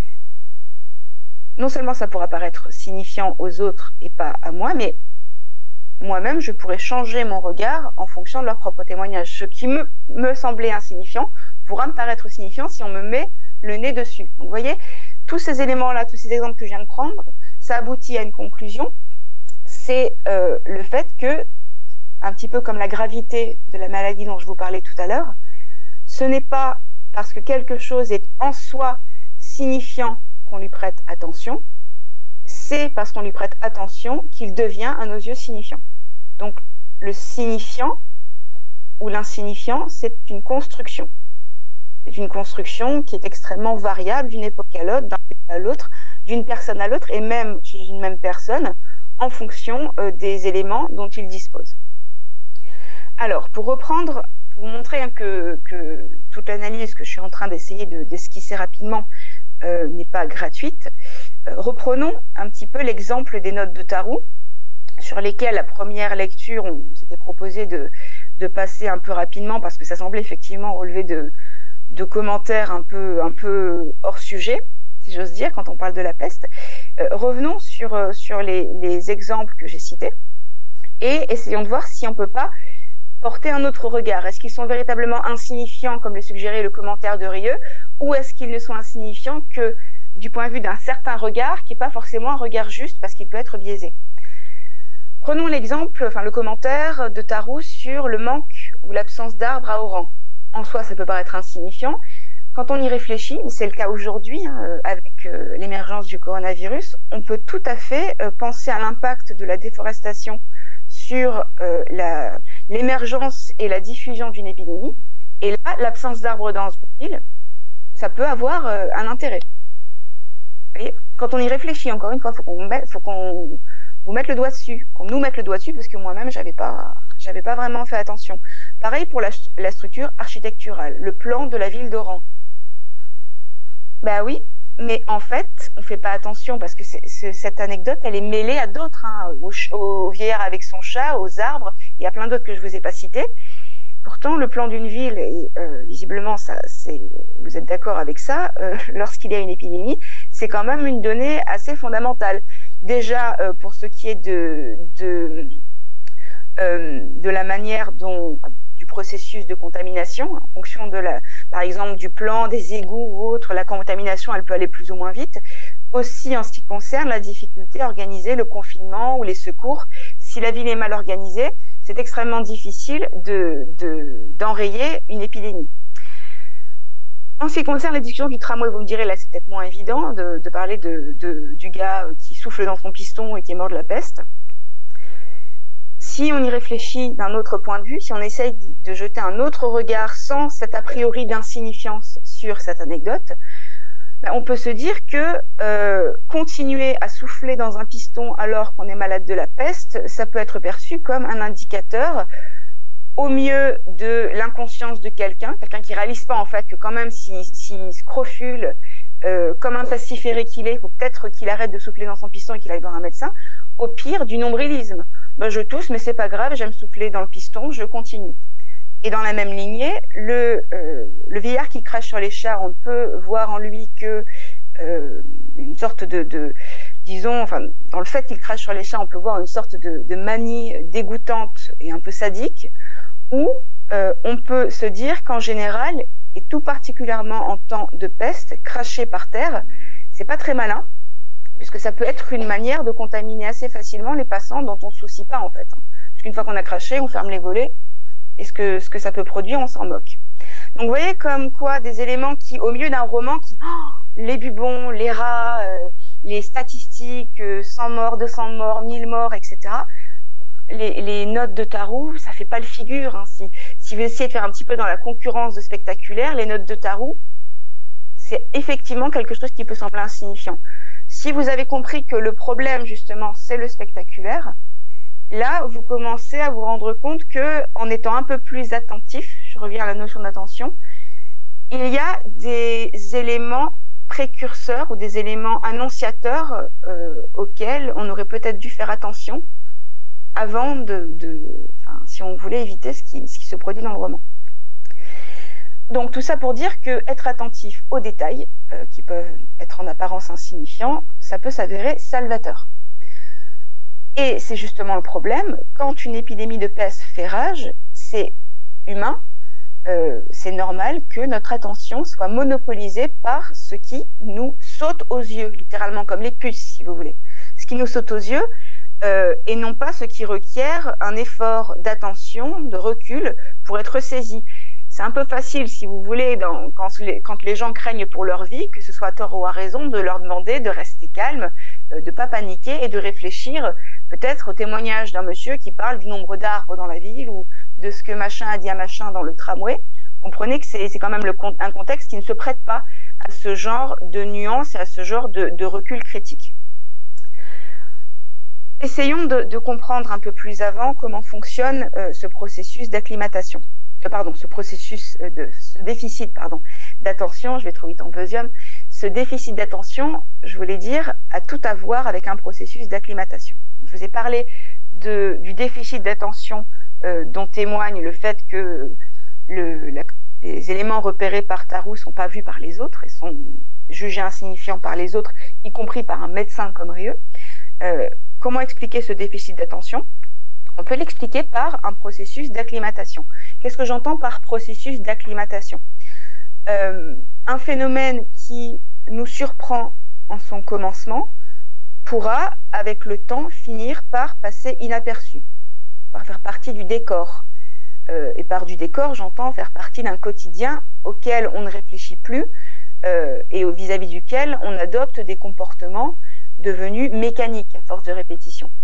non seulement ça pourra paraître signifiant aux autres et pas à moi, mais moi-même, je pourrais changer mon regard en fonction de leur propre témoignage. Ce qui me, me semblait insignifiant pourra me paraître signifiant si on me met le nez dessus. Donc, vous voyez, tous ces éléments-là, tous ces exemples que je viens de prendre, ça aboutit à une conclusion. C'est euh, le fait que, un petit peu comme la gravité de la maladie dont je vous parlais tout à l'heure, ce n'est pas parce que quelque chose est en soi signifiant qu'on lui prête attention, c'est parce qu'on lui prête attention qu'il devient à nos yeux signifiant. Donc, le signifiant ou l'insignifiant, c'est une construction. C'est une construction qui est extrêmement variable d'une époque à l'autre, d'un pays à l'autre, d'une personne à l'autre, et même chez une même personne, en fonction euh, des éléments dont il dispose. Alors, pour reprendre, pour vous montrer hein, que, que toute l'analyse que je suis en train d'essayer de, d'esquisser rapidement euh, n'est pas gratuite, euh, reprenons un petit peu l'exemple des notes de Tarrou, sur lesquelles, la première lecture, on s'était proposé de, de passer un peu rapidement, parce que ça semblait effectivement relever de, de commentaires un peu, un peu hors sujet, si j'ose dire, quand on parle de la peste. Euh, revenons sur, euh, sur les, les exemples que j'ai cités, et essayons de voir si on peut pas porter un autre regard. Est-ce qu'ils sont véritablement insignifiants, comme le suggérait le commentaire de Rieu, ou est-ce qu'ils ne sont insignifiants que du point de vue d'un certain regard, qui n'est pas forcément un regard juste, parce qu'il peut être biaisé. Prenons l'exemple, enfin le commentaire de Tarrou sur le manque ou l'absence d'arbres à Oran. En soi, ça peut paraître insignifiant. Quand on y réfléchit, c'est le cas aujourd'hui, hein, avec euh, l'émergence du coronavirus, on peut tout à fait euh, penser à l'impact de la déforestation sur euh, la, l'émergence et la diffusion d'une épidémie. Et là, l'absence d'arbres dans une ville, ça peut avoir euh, un intérêt. Vous voyez, quand on y réfléchit, encore une fois, faut qu'on mette, faut qu'on vous mette le doigt dessus, qu'on nous mette le doigt dessus, parce que moi-même, j'avais pas, j'avais pas vraiment fait attention. Pareil pour la, la structure architecturale, le plan de la ville d'Oran. Ben oui, mais en fait, on fait pas attention parce que c'est, c'est, cette anecdote, elle est mêlée à d'autres, hein, au, au vieillard avec son chat, aux arbres. Il y a plein d'autres que je vous ai pas cités. Pourtant, le plan d'une ville, et euh, visiblement, ça, c'est, vous êtes d'accord avec ça, euh, lorsqu'il y a une épidémie, c'est quand même une donnée assez fondamentale. Déjà, euh, pour ce qui est de, de, euh, de la manière dont, du processus de contamination, en fonction de la, par exemple, du plan, des égouts ou autre, la contamination, elle peut aller plus ou moins vite. Aussi, en ce qui concerne la difficulté à organiser le confinement ou les secours, si la ville est mal organisée, c'est extrêmement difficile de, de, d'enrayer une épidémie. En ce qui concerne les discussions du tramway, vous me direz, là, c'est peut-être moins évident de, de parler de, de, du gars qui souffle dans son piston et qui est mort de la peste. Si on y réfléchit d'un autre point de vue, si on essaye de jeter un autre regard sans cet a priori d'insignifiance sur cette anecdote, ben on peut se dire que euh, continuer à souffler dans un piston alors qu'on est malade de la peste, ça peut être perçu comme un indicateur au mieux de l'inconscience de quelqu'un, quelqu'un qui réalise pas en fait que quand même s'il si, si scrofule euh, comme un pestiféré qu'il est, il faut peut-être qu'il arrête de souffler dans son piston et qu'il aille voir un médecin. Au pire, du nombrilisme. Ben, je tousse, mais c'est pas grave, j'aime souffler dans le piston, je continue. Et dans la même lignée, le, euh, le vieillard qui crache sur les chats, on peut voir en lui que euh, une sorte de, de, disons, enfin, dans le fait qu'il crache sur les chats, on peut voir une sorte de, de manie dégoûtante et un peu sadique, ou euh, on peut se dire qu'en général, et tout particulièrement en temps de peste, cracher par terre, c'est pas très malin, puisque ça peut être une manière de contaminer assez facilement les passants dont on ne se soucie pas en fait. Parce qu'une fois qu'on a craché, on ferme les volets, et ce que, ce que ça peut produire, on s'en moque. Donc vous voyez comme quoi des éléments qui, au milieu d'un roman qui, oh, les bubons, les rats, euh, les statistiques, euh, cent morts, deux cents morts, mille morts, et cetera, les, les notes de tarot, ça fait pas le figure. Hein. Si, si vous essayez de faire un petit peu dans la concurrence de spectaculaire, les notes de tarot, c'est effectivement quelque chose qui peut sembler insignifiant. Si vous avez compris que le problème, justement, c'est le spectaculaire, là, vous commencez à vous rendre compte que, en étant un peu plus attentif, je reviens à la notion d'attention, il y a des éléments précurseurs ou des éléments annonciateurs euh, auxquels on aurait peut-être dû faire attention avant de, de enfin, si on voulait éviter ce qui, ce qui se produit dans le roman. Donc tout ça pour dire que être attentif aux détails, euh, qui peuvent être en apparence insignifiants, ça peut s'avérer salvateur. Et c'est justement le problème, quand une épidémie de peste fait rage, c'est humain, euh, c'est normal que notre attention soit monopolisée par ce qui nous saute aux yeux, littéralement comme les puces, si vous voulez. Ce qui nous saute aux yeux, euh, et non pas ce qui requiert un effort d'attention, de recul, pour être saisi. C'est un peu facile, si vous voulez, dans, quand, les, quand les gens craignent pour leur vie, que ce soit à tort ou à raison, de leur demander de rester calme, euh, de pas paniquer et de réfléchir peut-être au témoignage d'un monsieur qui parle du nombre d'arbres dans la ville ou de ce que machin a dit à machin dans le tramway. Comprenez que c'est, c'est quand même le, un contexte qui ne se prête pas à ce genre de nuances et à ce genre de, de recul critique. Essayons de, de comprendre un peu plus avant comment fonctionne euh, ce processus d'acclimatation. Euh, pardon, ce processus euh, de ce déficit, pardon, d'attention. Je vais trop vite en besogne. Ce déficit d'attention, je voulais dire, a tout à voir avec un processus d'acclimatation. Je vous ai parlé de, du déficit d'attention euh, dont témoigne le fait que le, la, les éléments repérés par Tarou sont pas vus par les autres et sont jugés insignifiants par les autres, y compris par un médecin comme Rieu. Euh, comment expliquer ce déficit d'attention? On peut l'expliquer par un processus d'acclimatation. Qu'est-ce que j'entends par processus d'acclimatation? euh, Un phénomène qui nous surprend en son commencement pourra, avec le temps, finir par passer inaperçu, par faire partie du décor. Euh, et par du décor, j'entends faire partie d'un quotidien auquel on ne réfléchit plus euh, et au vis-à-vis duquel on adopte des comportements devenus mécaniques à force de répétition.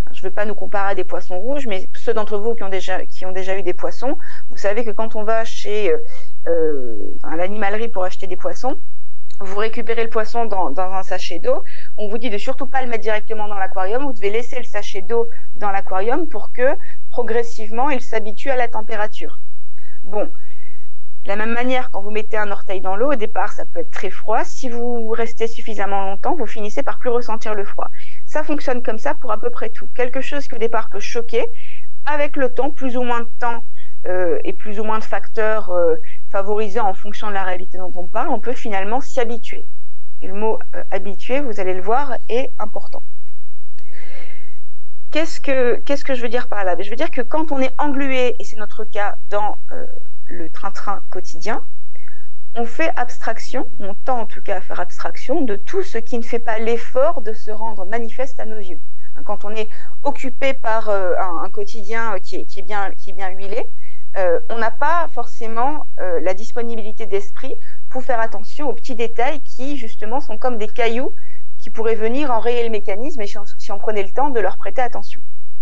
Je ne veux pas nous comparer à des poissons rouges, mais ceux d'entre vous qui ont déjà, qui ont déjà eu des poissons, vous savez que quand on va chez euh, à l'animalerie pour acheter des poissons, vous récupérez le poisson dans, dans un sachet d'eau, on vous dit de surtout pas le mettre directement dans l'aquarium, vous devez laisser le sachet d'eau dans l'aquarium pour que progressivement il s'habitue à la température. Bon, de la même manière, quand vous mettez un orteil dans l'eau, au départ, ça peut être très froid. Si vous restez suffisamment longtemps, vous finissez par plus ressentir le froid. Ça fonctionne comme ça pour à peu près tout. Quelque chose qui au départ peut choquer, avec le temps, plus ou moins de temps euh, et plus ou moins de facteurs euh, favorisant en fonction de la réalité dont on parle, on peut finalement s'y habituer. Et le mot euh, habitué, vous allez le voir, est important. Qu'est-ce que, qu'est-ce que je veux dire par là? Je veux dire que quand on est englué, et c'est notre cas dans euh, le train-train quotidien, on fait abstraction, on tend en tout cas à faire abstraction de tout ce qui ne fait pas l'effort de se rendre manifeste à nos yeux. Quand on est occupé par euh, un, un quotidien qui est, qui est bien, qui est bien huilé, euh, on n'a pas forcément euh, la disponibilité d'esprit pour faire attention aux petits détails qui justement sont comme des cailloux qui pourraient venir enrayer le mécanisme et si on, si on prenait le temps de leur prêter attention.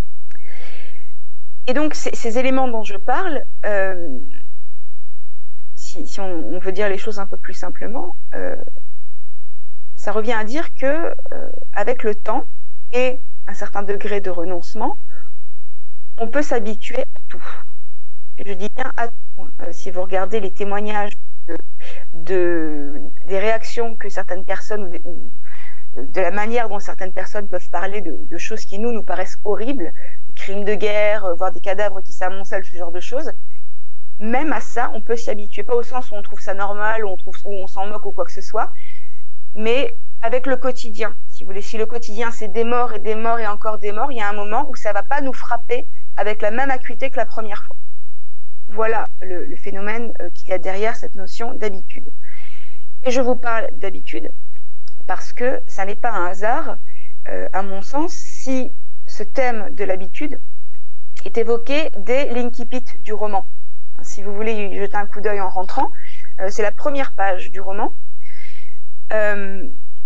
Et donc ces, ces éléments dont je parle, euh, si, si on, on veut dire les choses un peu plus simplement, euh, ça revient à dire que euh, avec le temps et un certain degré de renoncement, on peut s'habituer à tout. Et je dis bien à tout. Euh, si vous regardez les témoignages de, de, des réactions que certaines personnes, de la manière dont certaines personnes peuvent parler de, de choses qui nous, nous paraissent horribles, des crimes de guerre, voire des cadavres qui s'amoncellent, ce genre de choses, même à ça, on peut s'y habituer. Pas au sens où on trouve ça normal, où on, trouve, où on s'en moque ou quoi que ce soit, mais avec le quotidien. Si vous voulez, si le quotidien c'est des morts et des morts et encore des morts, il y a un moment où ça va pas nous frapper avec la même acuité que la première fois. Voilà le, le phénomène euh, qu'il y a derrière cette notion d'habitude. Et je vous parle d'habitude parce que ça n'est pas un hasard, euh, à mon sens, si ce thème de l'habitude est évoqué dès l'incipit du roman. Si vous voulez y jeter un coup d'œil en rentrant, euh, c'est la première page du roman. Euh,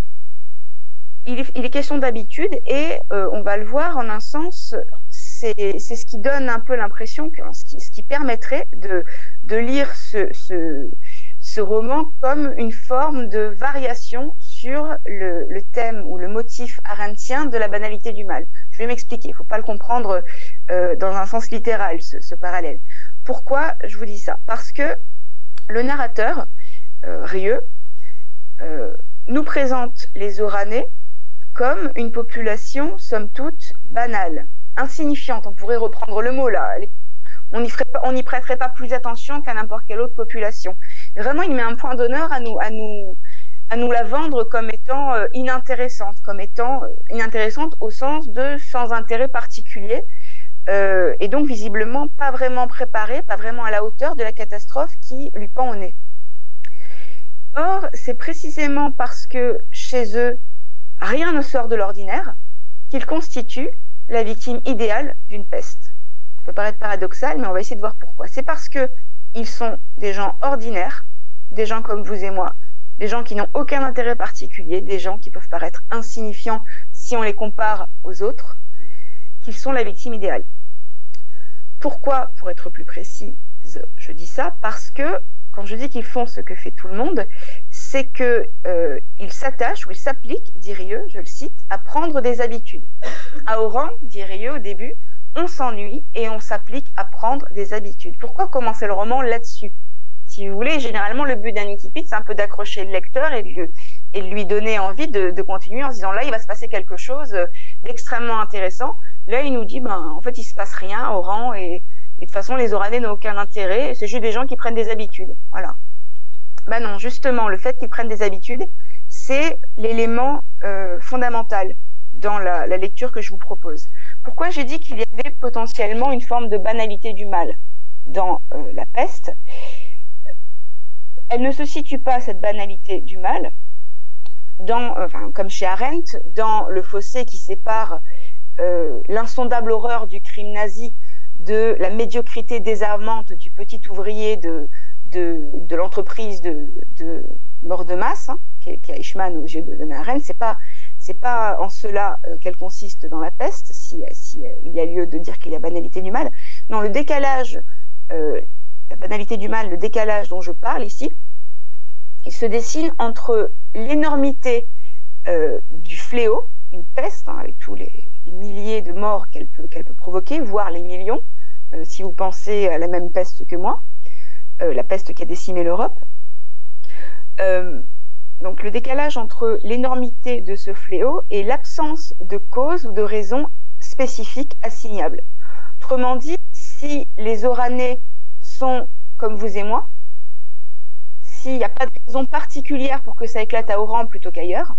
il, est, il est question d'habitude et euh, on va le voir en un sens, c'est ce qui donne un peu l'impression, que ce qui, ce qui permettrait de, de lire ce, ce, ce roman comme une forme de variation sur le, le thème ou le motif arendtien de la banalité du mal. Je vais m'expliquer, il ne faut pas le comprendre euh, dans un sens littéral, ce, ce parallèle. Pourquoi je vous dis ça? Parce que le narrateur, euh, Rieu, euh, nous présente les Oranais comme une population, somme toute, banale, insignifiante. On pourrait reprendre le mot là. On n'y ferait pas, on n'y prêterait pas plus attention qu'à n'importe quelle autre population. Vraiment, il met un point d'honneur à nous, à nous, à nous la vendre comme étant euh, inintéressante, comme étant euh, inintéressante au sens de sans intérêt particulier, euh, et donc visiblement pas vraiment préparée, pas vraiment à la hauteur de la catastrophe qui lui pend au nez. Or, c'est précisément parce que chez eux, rien ne sort de l'ordinaire qu'ils constituent la victime idéale d'une peste. Ça peut paraître paradoxal, mais on va essayer de voir pourquoi. C'est parce que ils sont des gens ordinaires, des gens comme vous et moi, des gens qui n'ont aucun intérêt particulier, des gens qui peuvent paraître insignifiants si on les compare aux autres, qu'ils sont la victime idéale. Pourquoi, pour être plus précise, je dis ça? Parce que quand je dis qu'ils font ce que fait tout le monde, c'est qu'ils euh, s'attachent ou ils s'appliquent, dit Rieu, je le cite, à prendre des habitudes. À Oran, dit Rieu au début, on s'ennuie et on s'applique à prendre des habitudes. Pourquoi commencer le roman là-dessus? Si vous voulez, généralement, le but d'un incipit, c'est un peu d'accrocher le lecteur et de, lui, et de lui donner envie de, de continuer en se disant là, il va se passer quelque chose d'extrêmement intéressant. Là, il nous dit, ben, en fait, il se passe rien à Oran et, et de toute façon, les Oranais n'ont aucun intérêt. C'est juste des gens qui prennent des habitudes. Voilà. Ben non, justement, le fait qu'ils prennent des habitudes, c'est l'élément euh, fondamental dans la, la lecture que je vous propose. Pourquoi j'ai dit qu'il y avait potentiellement une forme de banalité du mal dans euh, la peste? Elle ne se situe pas, cette banalité du mal, dans, enfin, comme chez Arendt, dans le fossé qui sépare euh, l'insondable horreur du crime nazi de la médiocrité désarmante du petit ouvrier de, de, de l'entreprise de, de mort de masse, hein, qui est Eichmann aux yeux de Hannah Arendt. C'est pas, c'est pas en cela euh, qu'elle consiste dans la peste, si, si euh, il y a lieu de dire qu'il y a banalité du mal. Non, le décalage, euh, la banalité du mal, le décalage dont je parle ici, il se dessine entre l'énormité euh, du fléau, une peste, hein, avec tous les, les milliers de morts qu'elle peut, qu'elle peut provoquer, voire les millions, euh, si vous pensez à la même peste que moi, euh, la peste qui a décimé l'Europe. Euh, donc le décalage entre l'énormité de ce fléau et l'absence de cause ou de raison spécifique assignables. Autrement dit, si les Oranais sont comme vous et moi, s'il n'y a pas de raison particulière pour que ça éclate à Oran plutôt qu'ailleurs,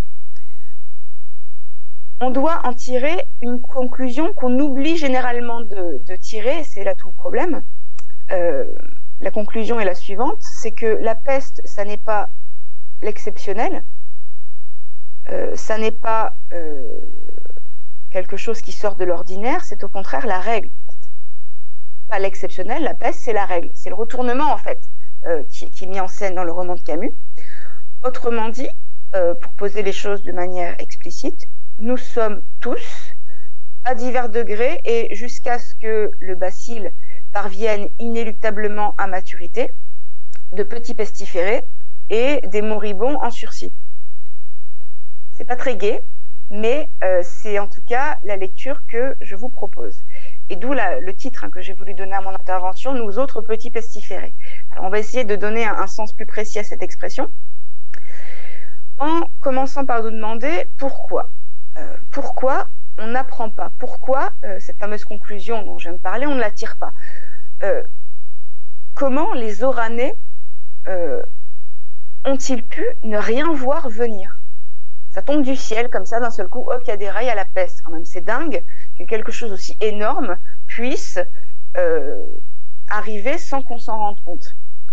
on doit en tirer une conclusion qu'on oublie généralement de, de tirer, et c'est là tout le problème. Euh, la conclusion est la suivante, c'est que la peste, ça n'est pas l'exceptionnel, euh, ça n'est pas euh, quelque chose qui sort de l'ordinaire, c'est au contraire la règle. Pas l'exceptionnel, la peste, c'est la règle. C'est le retournement, en fait, euh, qui, qui est mis en scène dans le roman de Camus. Autrement dit, euh, pour poser les choses de manière explicite, nous sommes tous, à divers degrés, et jusqu'à ce que le bacille parvienne inéluctablement à maturité, de petits pestiférés et des moribonds en sursis. C'est pas très gai, mais euh, c'est en tout cas la lecture que je vous propose. Et d'où la, le titre hein, que j'ai voulu donner à mon intervention, « Nous autres petits pestiférés ». Alors, on va essayer de donner un, un sens plus précis à cette expression, en commençant par nous demander pourquoi. Euh, pourquoi on n'apprend pas? Pourquoi euh, cette fameuse conclusion dont je viens de parler, on ne la tire pas? euh, Comment les Oranais euh, ont-ils pu ne rien voir venir? Ça tombe du ciel comme ça d'un seul coup, hop, il y a des rails à la peste. Quand même, c'est dingue que quelque chose aussi énorme puisse euh, arriver sans qu'on s'en rende compte.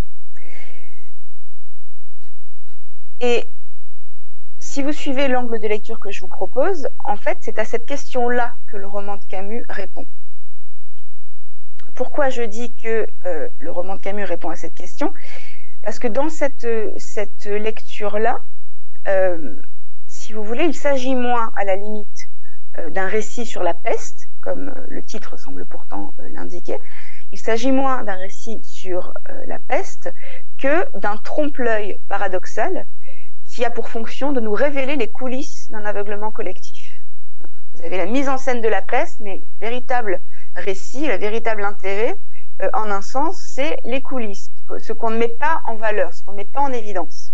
Et si vous suivez l'angle de lecture que je vous propose, en fait, c'est à cette question-là que le roman de Camus répond. Pourquoi je dis que euh, le roman de Camus répond à cette question? Parce que dans cette, cette lecture-là, euh, si vous voulez, il s'agit moins, à la limite, euh, d'un récit sur la peste, comme euh, le titre semble pourtant euh, l'indiquer. Il s'agit moins d'un récit sur euh, la peste que d'un trompe-l'œil paradoxal qui a pour fonction de nous révéler les coulisses d'un aveuglement collectif. Vous avez la mise en scène de la peste, mais le véritable récit, le véritable intérêt, euh, en un sens, c'est les coulisses, ce qu'on ne met pas en valeur, ce qu'on ne met pas en évidence.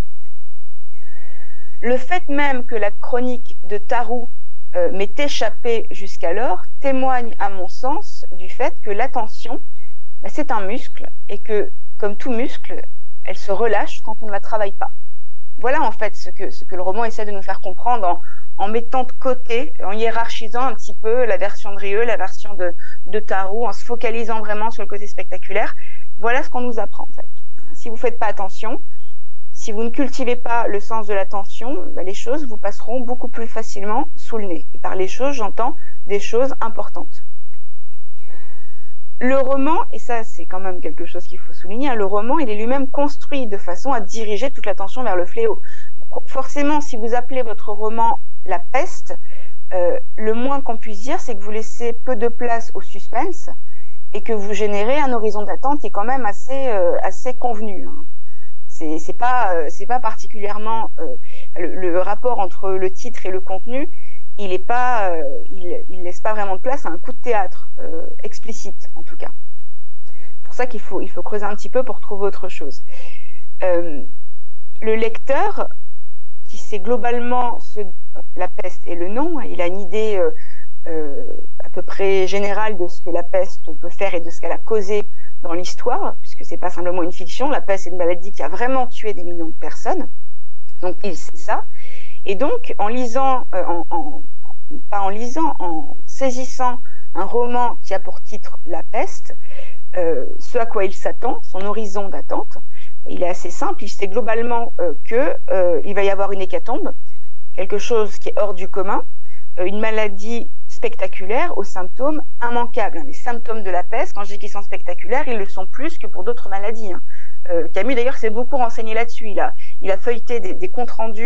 Le fait même que la chronique de Tarou euh, m'ait échappé jusqu'alors témoigne, à mon sens, du fait que l'attention, bah, c'est un muscle, et que, comme tout muscle, elle se relâche quand on ne la travaille pas. Voilà en fait ce que, ce que le roman essaie de nous faire comprendre en, en mettant de côté, en hiérarchisant un petit peu la version de Rieu, la version de, de Tarou, en se focalisant vraiment sur le côté spectaculaire. Voilà ce qu'on nous apprend en fait. Si vous ne faites pas attention, si vous ne cultivez pas le sens de l'attention, bah, les choses vous passeront beaucoup plus facilement sous le nez. Et par les choses, j'entends des choses importantes. Le roman, et ça c'est quand même quelque chose qu'il faut souligner, le roman il est lui-même construit de façon à diriger toute l'attention vers le fléau. Forcément, si vous appelez votre roman La Peste, euh, le moins qu'on puisse dire c'est que vous laissez peu de place au suspense et que vous générez un horizon d'attente qui est quand même assez, euh, assez convenu. Hein. C'est, c'est pas, euh, c'est pas particulièrement euh, le, le rapport entre le titre et le contenu. Il est pas, euh, il, il laisse pas vraiment de place à un coup de théâtre euh, explicite en tout cas. C'est pour ça qu'il faut, il faut creuser un petit peu pour trouver autre chose. Euh, le lecteur, qui sait globalement ce dont la peste est le nom, il a une idée euh, euh, à peu près générale de ce que la peste peut faire et de ce qu'elle a causé dans l'histoire, puisque c'est pas simplement une fiction. La peste est une maladie qui a vraiment tué des millions de personnes. Donc il sait ça. Et donc, en lisant, euh, en, en, pas en lisant, en saisissant un roman qui a pour titre La Peste, euh, ce à quoi il s'attend, son horizon d'attente, il est assez simple. Il sait globalement euh, que euh, il va y avoir une hécatombe, quelque chose qui est hors du commun, euh, une maladie spectaculaire aux symptômes immanquables. Les symptômes de la peste, quand je dis qu'ils sont spectaculaires, ils le sont plus que pour d'autres maladies. Hein. Euh, Camus, d'ailleurs, s'est beaucoup renseigné là-dessus. Il a, il a feuilleté des, des comptes rendus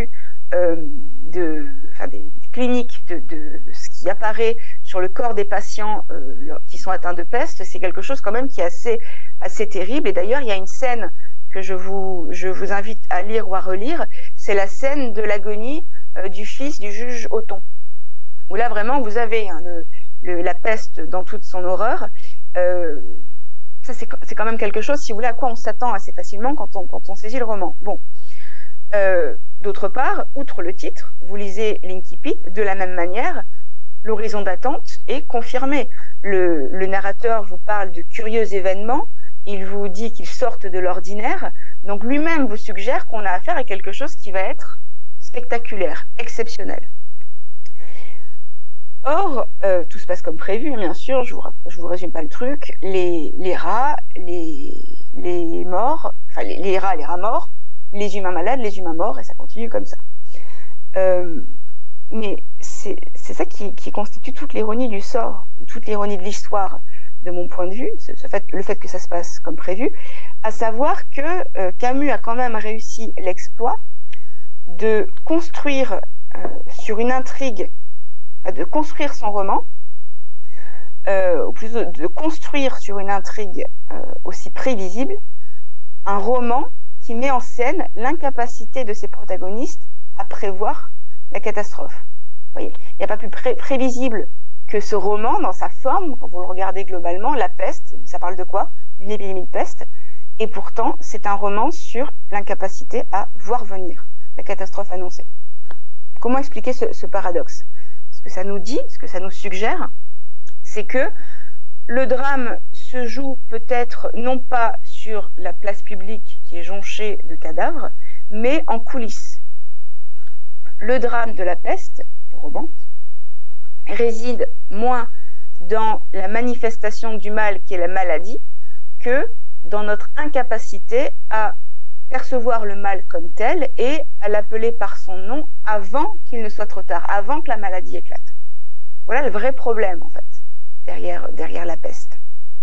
euh, de, enfin, des cliniques de, de ce qui apparaît sur le corps des patients euh, qui sont atteints de peste, c'est quelque chose quand même qui est assez, assez terrible. Et d'ailleurs, il y a une scène que je vous, je vous invite à lire ou à relire, c'est la scène de l'agonie euh, du fils du juge Othon, où là vraiment vous avez hein, le, le, la peste dans toute son horreur. Euh, ça c'est, c'est quand même quelque chose, si vous voulez, à quoi on s'attend assez facilement quand on, quand on saisit le roman. Bon. Euh, d'autre part, outre le titre, vous lisez l'incipit, de la même manière, l'horizon d'attente est confirmé. Le, le narrateur vous parle de curieux événements, il vous dit qu'ils sortent de l'ordinaire, donc lui-même vous suggère qu'on a affaire à quelque chose qui va être spectaculaire, exceptionnel. Or, euh, tout se passe comme prévu, bien sûr, je vous, je vous résume pas le truc, les, les rats, les, les morts, enfin les, les rats, les rats morts, les humains malades, les humains morts, et ça continue comme ça. Euh, mais c'est ça qui, qui constitue toute l'ironie du sort, toute l'ironie de l'histoire, de mon point de vue, ce, ce fait, le fait que ça se passe comme prévu, à savoir que euh, Camus a quand même réussi l'exploit de construire euh, sur une intrigue, de construire son roman, euh, ou plutôt de construire sur une intrigue euh, aussi prévisible, un roman qui met en scène l'incapacité de ses protagonistes à prévoir la catastrophe. Vous voyez, il n'y a pas plus pré prévisible que ce roman dans sa forme, quand vous le regardez globalement, la peste, ça parle de quoi? Une épidémie de peste, et pourtant c'est un roman sur l'incapacité à voir venir la catastrophe annoncée. Comment expliquer ce, ce paradoxe? Ce que ça nous dit, ce que ça nous suggère, c'est que le drame se joue peut-être non pas sur la place publique qui est jonchée de cadavres, mais en coulisses. Le drame de la peste, le roman, réside moins dans la manifestation du mal qui est la maladie que dans notre incapacité à percevoir le mal comme tel et à l'appeler par son nom avant qu'il ne soit trop tard, avant que la maladie éclate. Voilà le vrai problème, en fait, derrière, derrière la peste.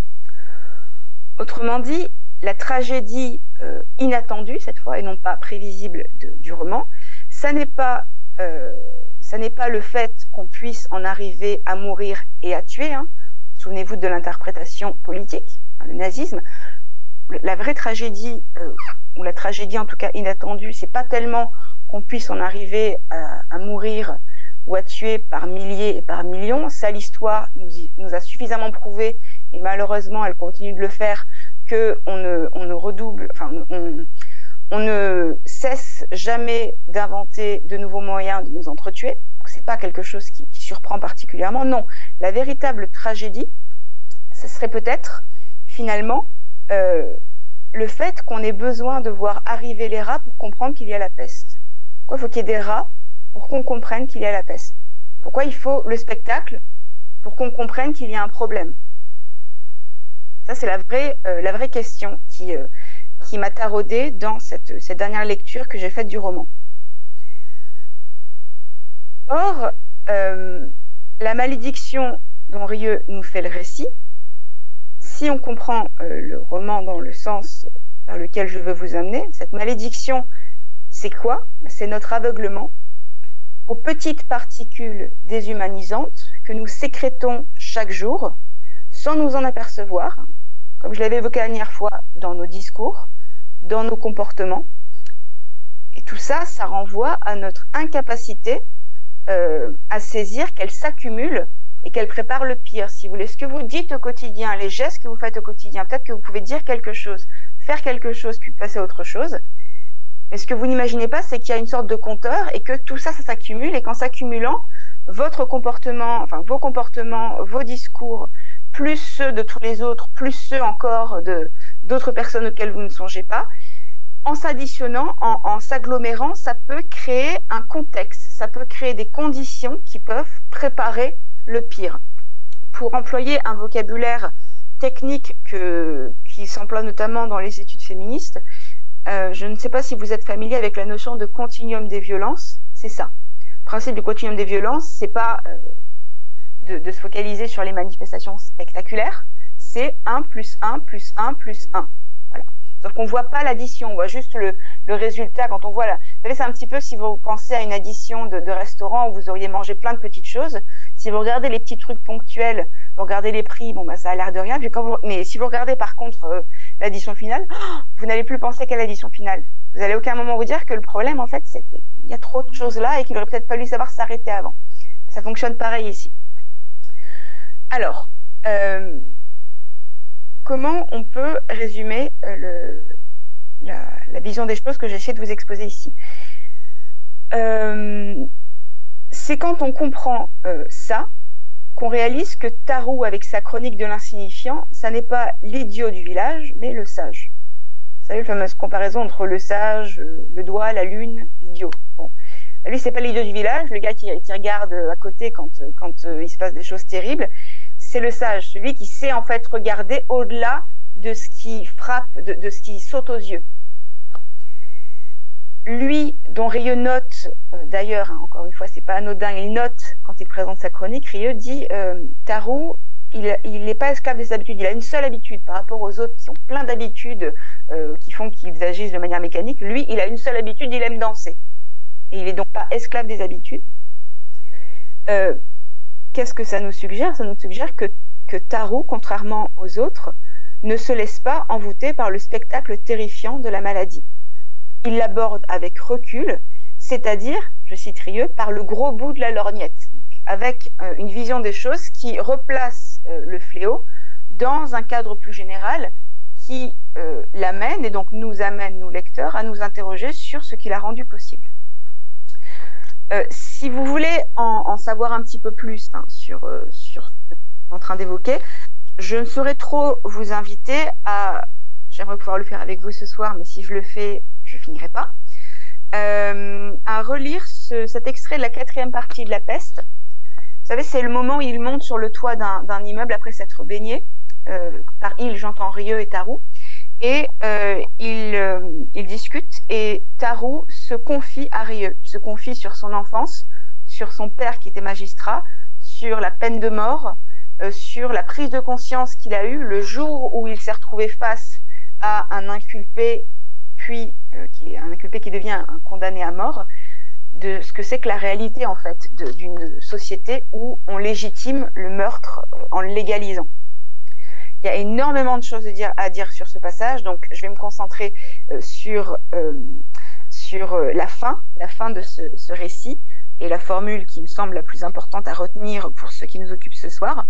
Autrement dit, la tragédie euh, inattendue, cette fois, et non pas prévisible de, du roman, ça n'est pas, euh, ça n'est pas le fait qu'on puisse en arriver à mourir et à tuer. Hein. Souvenez-vous de l'interprétation politique, hein, le nazisme. La vraie tragédie, euh, ou la tragédie en tout cas inattendue, c'est pas tellement qu'on puisse en arriver à, à mourir ou à tuer par milliers et par millions. Ça, l'histoire nous, nous a suffisamment prouvé, et malheureusement, elle continue de le faire, que on ne, on ne redouble, enfin, on, on ne cesse jamais d'inventer de nouveaux moyens de nous entretuer. C'est pas quelque chose qui, qui surprend particulièrement. Non, la véritable tragédie, ce serait peut-être finalement euh, le fait qu'on ait besoin de voir arriver les rats pour comprendre qu'il y a la peste. Pourquoi il faut qu'il y ait des rats pour qu'on comprenne qu'il y a la peste? Pourquoi il faut le spectacle pour qu'on comprenne qu'il y a un problème? Ça, c'est la vraie, euh, la vraie question qui, euh, qui m'a taraudée dans cette, cette dernière lecture que j'ai faite du roman. Or, euh, la malédiction dont Rieu nous fait le récit, si on comprend euh, le roman dans le sens vers lequel je veux vous amener, cette malédiction, c'est quoi? C'est notre aveuglement aux petites particules déshumanisantes que nous sécrétons chaque jour sans nous en apercevoir, comme je l'avais évoqué la dernière fois, dans nos discours, dans nos comportements. Et tout ça, ça renvoie à notre incapacité euh, à saisir qu'elle s'accumule et qu'elle prépare le pire. Si vous voulez, ce que vous dites au quotidien, les gestes que vous faites au quotidien, peut-être que vous pouvez dire quelque chose, faire quelque chose, puis passer à autre chose. Mais ce que vous n'imaginez pas, c'est qu'il y a une sorte de compteur et que tout ça, ça s'accumule et qu'en s'accumulant, votre comportement, enfin vos comportements, vos discours, plus ceux de tous les autres, plus ceux encore de d'autres personnes auxquelles vous ne songez pas, en s'additionnant, en, en s'agglomérant, ça peut créer un contexte, ça peut créer des conditions qui peuvent préparer le pire. Pour employer un vocabulaire technique que, qui s'emploie notamment dans les études féministes, euh, je ne sais pas si vous êtes familier avec la notion de continuum des violences, c'est ça. Le principe du continuum des violences, c'est pas euh, de, de se focaliser sur les manifestations spectaculaires, c'est un plus un plus un plus un. Voilà. Sauf qu'on ne voit pas l'addition, on voit juste le, le résultat quand on voit la... Vous savez, c'est un petit peu si vous pensez à une addition de, de restaurant où vous auriez mangé plein de petites choses. Si vous regardez les petits trucs ponctuels, vous regardez les prix, bon, bah, ça a l'air de rien. Puis quand vous... Mais si vous regardez par contre euh, l'addition finale, oh, vous n'allez plus penser qu'à l'addition finale. Vous n'allez à aucun moment vous dire que le problème, en fait, c'est qu'il y a trop de choses là et qu'il aurait peut-être fallu savoir s'arrêter avant. Ça fonctionne pareil ici. Alors, euh, comment on peut résumer euh, le, la, la vision des choses que j'essaie de vous exposer ici? euh, C'est quand on comprend euh, ça, qu'on réalise que Tarou, avec sa chronique de l'insignifiant, ça n'est pas l'idiot du village, mais le sage. Vous savez, la fameuse comparaison entre le sage, le doigt, la lune, l'idiot. Bon. Lui, c'est pas l'idiot du village, le gars qui, qui regarde à côté quand, quand euh, il se passe des choses terribles. C'est le sage, celui qui sait en fait regarder au-delà de ce qui frappe, de, de ce qui saute aux yeux. Lui, dont Rieu note, euh, d'ailleurs, hein, encore une fois, c'est pas anodin, il note quand il présente sa chronique, Rieu dit euh, Tarou, il n'est pas esclave des habitudes, il a une seule habitude par rapport aux autres qui ont plein d'habitudes euh, qui font qu'ils agissent de manière mécanique. Lui, il a une seule habitude, il aime danser. Et il n'est donc pas esclave des habitudes. Euh, Qu'est-ce que ça nous suggère? Ça nous suggère que, que Tarou, contrairement aux autres, ne se laisse pas envoûter par le spectacle terrifiant de la maladie. Il l'aborde avec recul, c'est-à-dire, je cite Rieu, par le gros bout de la lorgnette, avec euh, une vision des choses qui replace euh, le fléau dans un cadre plus général qui euh, l'amène, et donc nous amène, nous lecteurs, à nous interroger sur ce qui l'a rendu possible. Euh, si vous voulez en, en savoir un petit peu plus hein, sur, euh, sur ce que je suis en train d'évoquer, je ne saurais trop vous inviter à, j'aimerais pouvoir le faire avec vous ce soir, mais si je le fais, je finirai pas, euh, à relire ce, cet extrait de la quatrième partie de La Peste. Vous savez, c'est le moment où il monte sur le toit d'un immeuble après s'être baigné. Euh, par il, j'entends Rieu et Tarou. Et euh, ils, euh, ils discutent et Tarou se confie à Rieu, se confie sur son enfance, sur son père qui était magistrat, sur la peine de mort, euh, sur la prise de conscience qu'il a eue le jour où il s'est retrouvé face à un inculpé, puis euh, qui est un inculpé qui devient un condamné à mort, de ce que c'est que la réalité en fait d'une société où on légitime le meurtre euh, en le légalisant. Il y a énormément de choses à dire, à dire sur ce passage, donc je vais me concentrer euh, sur, euh, sur euh, la fin, la fin de ce, ce récit, et la formule qui me semble la plus importante à retenir pour ce qui nous occupe ce soir,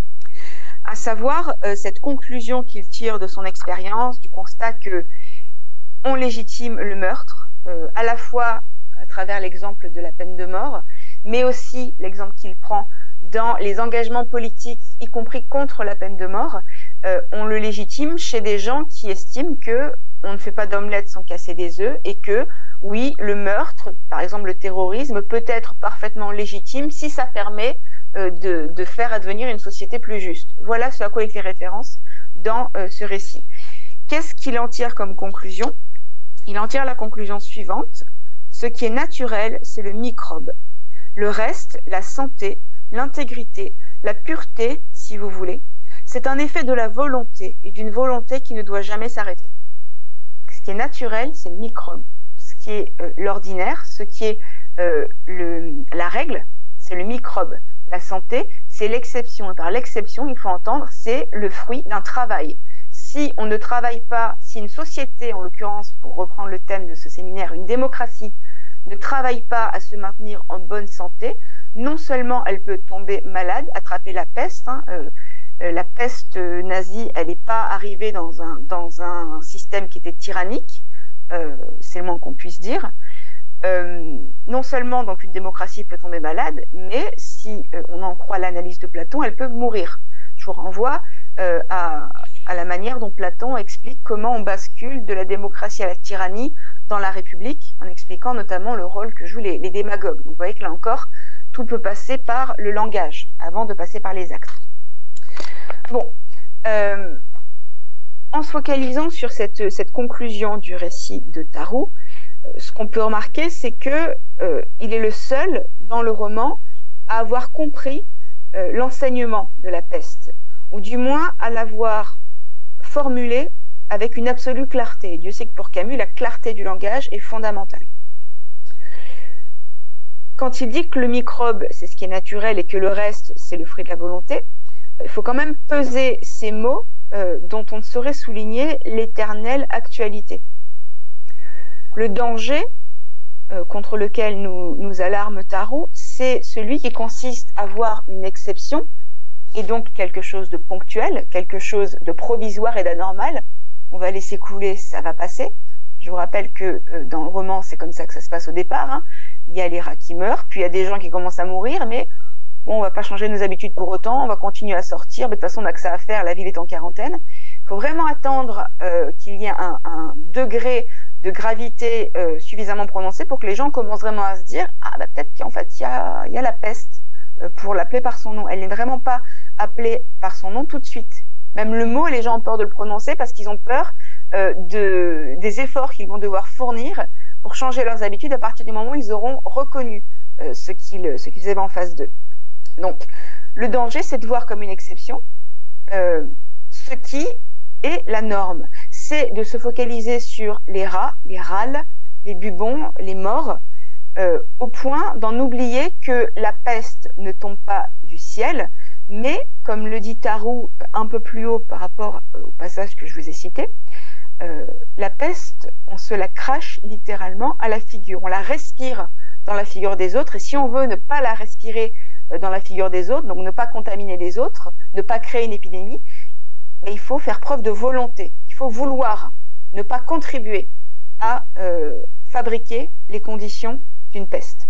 à savoir euh, cette conclusion qu'il tire de son expérience, du constat que on légitime le meurtre, euh, à la fois à travers l'exemple de la peine de mort, mais aussi l'exemple qu'il prend dans les engagements politiques, y compris contre la peine de mort, euh, on le légitime chez des gens qui estiment que on ne fait pas d'omelette sans casser des œufs et que, oui, le meurtre, par exemple le terrorisme, peut être parfaitement légitime si ça permet euh, de, de faire advenir une société plus juste. Voilà ce à quoi il fait référence dans euh, ce récit. Qu'est-ce qu'il en tire comme conclusion? Il en tire la conclusion suivante. Ce qui est naturel, c'est le microbe. Le reste, la santé, l'intégrité, la pureté, si vous voulez, c'est un effet de la volonté et d'une volonté qui ne doit jamais s'arrêter. Ce qui est naturel, c'est le microbe. Ce qui est euh, l'ordinaire, ce qui est euh, le, la règle, c'est le microbe. La santé, c'est l'exception. Et par l'exception, il faut entendre, c'est le fruit d'un travail. Si on ne travaille pas, si une société, en l'occurrence, pour reprendre le thème de ce séminaire, une démocratie, ne travaille pas à se maintenir en bonne santé, non seulement elle peut tomber malade, attraper la peste, hein, euh, euh, la peste nazie, elle n'est pas arrivée dans un, dans un système qui était tyrannique, euh, c'est le moins qu'on puisse dire. Euh, non seulement donc une démocratie peut tomber malade, mais si euh, on en croit l'analyse de Platon, elle peut mourir. Je vous renvoie euh, à, à la manière dont Platon explique comment on bascule de la démocratie à la tyrannie dans la République, en expliquant notamment le rôle que jouent les, les démagogues. Donc vous voyez que là encore, tout peut passer par le langage, avant de passer par les actes. Bon, euh, en se focalisant sur cette, cette conclusion du récit de Tarou, ce qu'on peut remarquer, c'est que euh, il est le seul dans le roman à avoir compris euh, l'enseignement de la peste, ou du moins à l'avoir formulé avec une absolue clarté. Dieu sait que pour Camus, la clarté du langage est fondamentale. Quand il dit que le microbe, c'est ce qui est naturel et que le reste, c'est le fruit de la volonté, il faut quand même peser ces mots euh, dont on ne saurait souligner l'éternelle actualité. Le danger euh, contre lequel nous, nous alarme Tarot, c'est celui qui consiste à voir une exception et donc quelque chose de ponctuel, quelque chose de provisoire et d'anormal. On va laisser couler, ça va passer. Je vous rappelle que euh, dans le roman, c'est comme ça que ça se passe au départ. Hein. Il y a les rats qui meurent, puis il y a des gens qui commencent à mourir, mais bon, on va pas changer nos habitudes pour autant, on va continuer à sortir. Mais de toute façon, on n'a que ça à faire, la ville est en quarantaine. Il faut vraiment attendre euh, qu'il y ait un, un degré de gravité euh, suffisamment prononcé pour que les gens commencent vraiment à se dire « Ah, bah, peut-être qu'en fait, il y a, il y a la peste euh, pour l'appeler par son nom. » Elle n'est vraiment pas appelée par son nom tout de suite. Même le mot, les gens ont peur de le prononcer parce qu'ils ont peur euh, de, des efforts qu'ils vont devoir fournir pour changer leurs habitudes à partir du moment où ils auront reconnu euh, ce qu'ils ce qu'ils avaient en face d'eux. Donc, le danger, c'est de voir comme une exception euh, ce qui est la norme. C'est de se focaliser sur les rats, les râles, les bubons, les morts, euh, au point d'en oublier que la peste ne tombe pas du ciel, mais, comme le dit Tarot un peu plus haut par rapport au passage que je vous ai cité, euh, la peste, on se la crache littéralement à la figure. On la respire dans la figure des autres, et si on veut ne pas la respirer dans la figure des autres, donc ne pas contaminer les autres, ne pas créer une épidémie, mais il faut faire preuve de volonté. Il faut vouloir ne pas contribuer à euh, fabriquer les conditions d'une peste.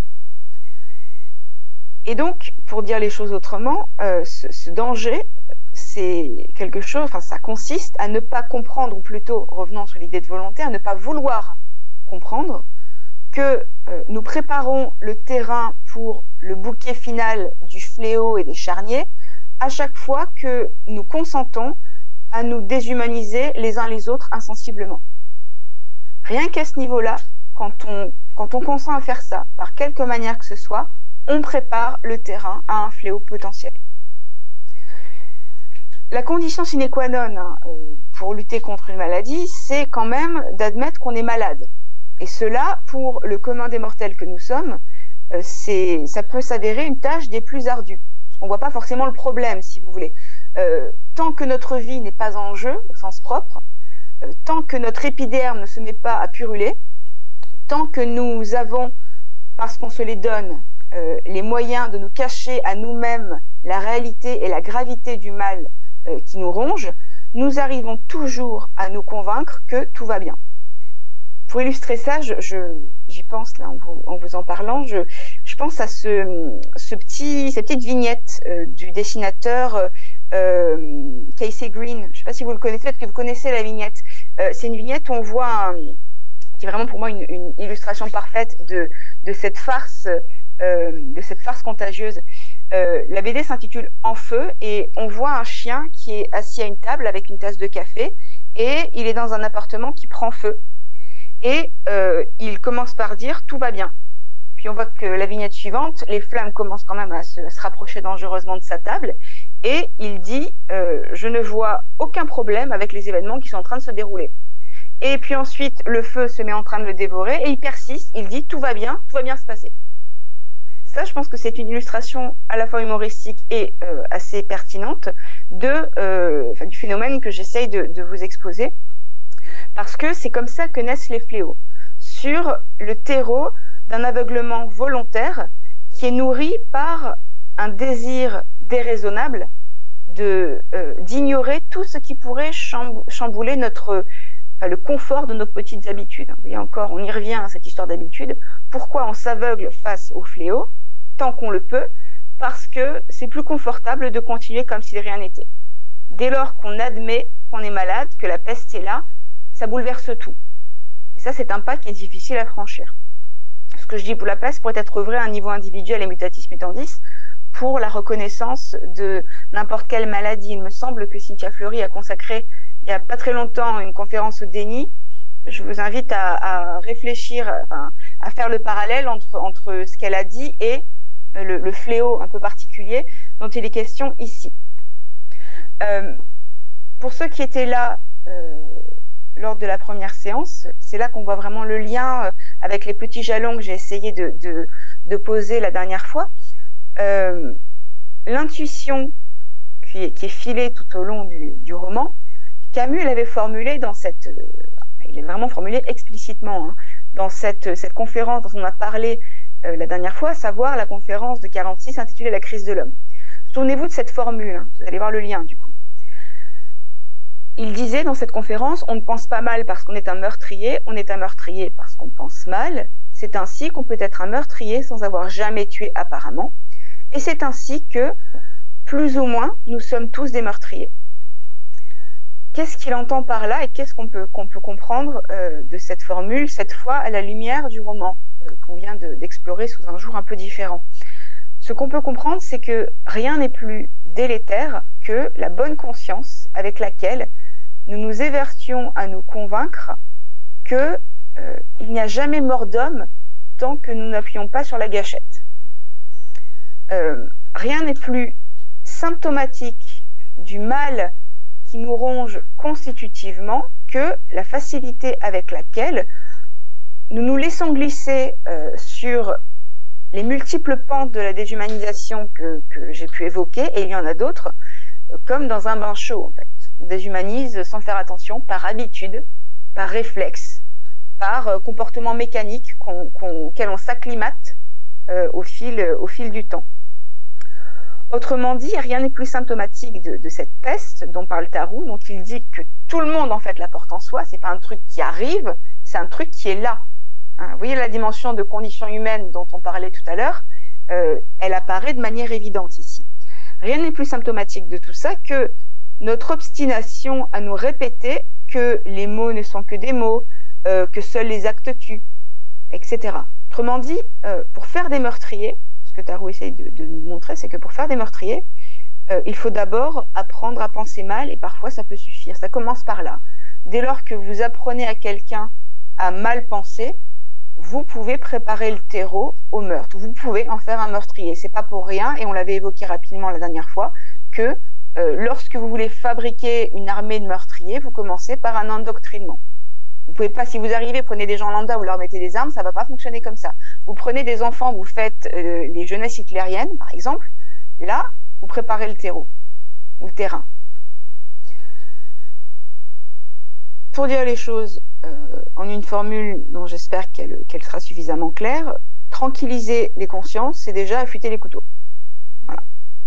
Et donc, pour dire les choses autrement, euh, ce, ce danger, c'est quelque chose, enfin, ça consiste à ne pas comprendre, ou plutôt, revenons sur l'idée de volonté, à ne pas vouloir comprendre que euh, nous préparons le terrain pour le bouquet final du fléau et des charniers à chaque fois que nous consentons à nous déshumaniser les uns les autres insensiblement. Rien qu'à ce niveau-là, quand on, quand on consent à faire ça, par quelque manière que ce soit, on prépare le terrain à un fléau potentiel. La condition sine qua non hein, pour lutter contre une maladie, c'est quand même d'admettre qu'on est malade. Et cela, pour le commun des mortels que nous sommes, euh, c'est, ça peut s'avérer une tâche des plus ardues. On ne voit pas forcément le problème, si vous voulez. Euh, tant que notre vie n'est pas en jeu, au sens propre, euh, tant que notre épiderme ne se met pas à puruler, tant que nous avons, parce qu'on se les donne, euh, les moyens de nous cacher à nous-mêmes la réalité et la gravité du mal euh, qui nous ronge, nous arrivons toujours à nous convaincre que tout va bien. Pour illustrer ça, je, je, j'y pense là en vous en, vous en parlant, je, je pense à ce, ce petit, cette petite vignette euh, du dessinateur euh, Casey Green. Je ne sais pas si vous le connaissez, peut-être que vous connaissez la vignette. Euh, c'est une vignette où on voit, un, qui est vraiment pour moi une, une illustration parfaite de, de cette farce, euh, de cette farce contagieuse. Euh, la B D s'intitule En feu et on voit un chien qui est assis à une table avec une tasse de café et il est dans un appartement qui prend feu. Et euh, il commence par dire « tout va bien ». Puis on voit que la vignette suivante, les flammes commencent quand même à se, à se rapprocher dangereusement de sa table. Et il dit euh, « je ne vois aucun problème avec les événements qui sont en train de se dérouler ». Et puis ensuite, le feu se met en train de le dévorer et il persiste, il dit « tout va bien, tout va bien se passer ». Ça, je pense que c'est une illustration à la fois humoristique et euh, assez pertinente de, euh, enfin, du phénomène que j'essaye de, de vous exposer. Parce que c'est comme ça que naissent les fléaux, sur le terreau d'un aveuglement volontaire qui est nourri par un désir déraisonnable de euh, d'ignorer tout ce qui pourrait chambouler notre, enfin, le confort de nos petites habitudes. Vous voyez encore, on y revient à cette histoire d'habitude. Pourquoi on s'aveugle face au fléau, tant qu'on le peut? Parce que c'est plus confortable de continuer comme si de rien n'était. Dès lors qu'on admet qu'on est malade, que la peste est là, ça bouleverse tout. Et ça, c'est un pas qui est difficile à franchir. Ce que je dis pour la peste pourrait être vrai à un niveau individuel et mutatis mutandis pour la reconnaissance de n'importe quelle maladie. Il me semble que Cynthia Fleury a consacré il n'y a pas très longtemps une conférence au déni. Je vous invite à, à réfléchir, enfin, à faire le parallèle entre, entre ce qu'elle a dit et le, le fléau un peu particulier dont il est question ici. Euh, pour ceux qui étaient là euh, lors de la première séance. C'est là qu'on voit vraiment le lien avec les petits jalons que j'ai essayé de, de, de poser la dernière fois. Euh, l'intuition qui est, qui est filée tout au long du, du roman, Camus l'avait formulée dans cette... Il est vraiment formulé explicitement hein, dans cette, cette conférence dont on a parlé euh, la dernière fois, à savoir la conférence de quarante-six intitulée « La crise de l'homme ». Souvenez-vous de cette formule, hein, vous allez voir le lien du coup. Il disait dans cette conférence, on ne pense pas mal parce qu'on est un meurtrier, on est un meurtrier parce qu'on pense mal. C'est ainsi qu'on peut être un meurtrier sans avoir jamais tué apparemment. Et c'est ainsi que, plus ou moins, nous sommes tous des meurtriers. Qu'est-ce qu'il entend par là et qu'est-ce qu'on peut, qu'on peut comprendre euh, de cette formule, cette fois à la lumière du roman euh, qu'on vient de, d'explorer sous un jour un peu différent. Ce qu'on peut comprendre, c'est que rien n'est plus délétère que la bonne conscience avec laquelle nous nous évertions à nous convaincre que euh, il n'y a jamais mort d'homme tant que nous n'appuyons pas sur la gâchette. Euh, rien n'est plus symptomatique du mal qui nous ronge constitutivement que la facilité avec laquelle nous nous laissons glisser euh, sur les multiples pentes de la déshumanisation que, que j'ai pu évoquer, et il y en a d'autres, euh, comme dans un bain chaud en fait. On déshumanise sans faire attention, par habitude, par réflexe, par euh, comportement mécanique qu'on, qu'on, auquel on s'acclimate euh, au fil, euh, au fil du temps. Autrement dit, rien n'est plus symptomatique de, de cette peste dont parle Tarou, dont il dit que tout le monde en fait la porte en soi, c'est pas un truc qui arrive, c'est un truc qui est là. Hein, vous voyez la dimension de condition humaine dont on parlait tout à l'heure, euh, elle apparaît de manière évidente ici. Rien n'est plus symptomatique de tout ça que notre obstination à nous répéter que les mots ne sont que des mots, euh, que seuls les actes tuent, et cetera. Autrement dit, euh, pour faire des meurtriers, ce que Tarou essaye de, de nous montrer, c'est que pour faire des meurtriers, euh, il faut d'abord apprendre à penser mal, et parfois ça peut suffire. Ça commence par là. Dès lors que vous apprenez à quelqu'un à mal penser, vous pouvez préparer le terreau au meurtre. Vous pouvez en faire un meurtrier. C'est pas pour rien, et on l'avait évoqué rapidement la dernière fois, que euh, lorsque vous voulez fabriquer une armée de meurtriers, vous commencez par un endoctrinement. Vous pouvez pas, si vous arrivez, prenez des gens lambda, vous leur mettez des armes, ça va pas fonctionner comme ça. Vous prenez des enfants, vous faites euh, les jeunesses hitlériennes, par exemple. Là, vous préparez le terreau ou le terrain. Pour dire les choses euh, en une formule dont j'espère qu'elle, qu'elle sera suffisamment claire, tranquilliser les consciences, c'est déjà affûter les couteaux. Voilà.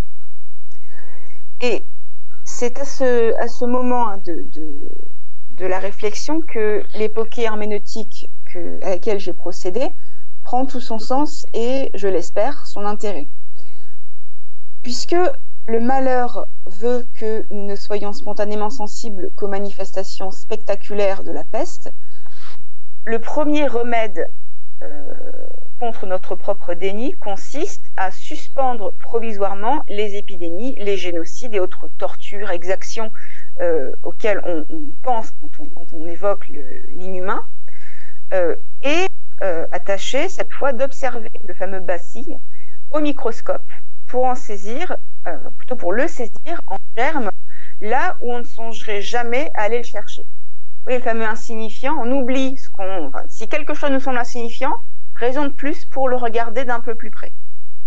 Et c'est à ce, à ce moment de, de, de la réflexion que l'épopée herméneutique que, à laquelle j'ai procédé prend tout son sens et, je l'espère, son intérêt. Puisque le malheur veut que nous ne soyons spontanément sensibles qu'aux manifestations spectaculaires de la peste, le premier remède euh, contre notre propre déni consiste à suspendre provisoirement les épidémies, les génocides et autres tortures, exactions euh, auxquelles on, on pense quand on, quand on évoque le, l'inhumain, euh, et euh, à tâcher cette fois d'observer le fameux bacille au microscope pour en saisir, euh, plutôt pour le saisir en germe, là où on ne songerait jamais à aller le chercher. Vous voyez le fameux insignifiant, on oublie ce qu'on... Enfin, si quelque chose nous semble insignifiant, raison de plus pour le regarder d'un peu plus près.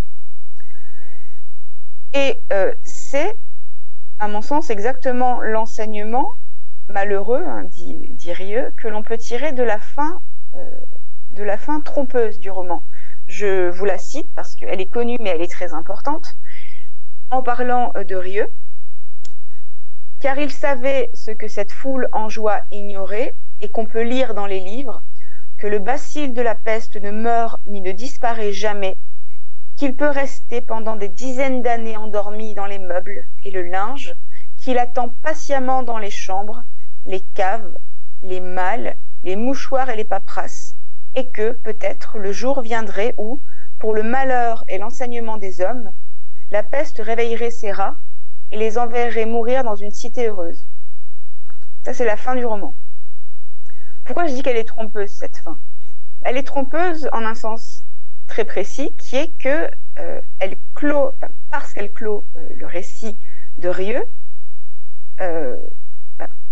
Et euh, c'est, à mon sens, exactement l'enseignement malheureux, hein, dit, dit Rieu, que l'on peut tirer de la fin, euh, de la fin trompeuse du roman. Je vous la cite parce qu'elle est connue, mais elle est très importante. En parlant de Rieu, car il savait ce que cette foule en joie ignorait et qu'on peut lire dans les livres, que le bacille de la peste ne meurt ni ne disparaît jamais, qu'il peut rester pendant des dizaines d'années endormi dans les meubles et le linge, qu'il attend patiemment dans les chambres, les caves, les malles, les mouchoirs et les paperasses, et que, peut-être, le jour viendrait où, pour le malheur et l'enseignement des hommes, la peste réveillerait ses rats et les enverrait mourir dans une cité heureuse. Ça, c'est la fin du roman. Pourquoi je dis qu'elle est trompeuse, cette fin? Elle est trompeuse en un sens très précis, qui est que euh, elle clôt, parce qu'elle clôt euh, le récit de Rieu, euh, bah, tout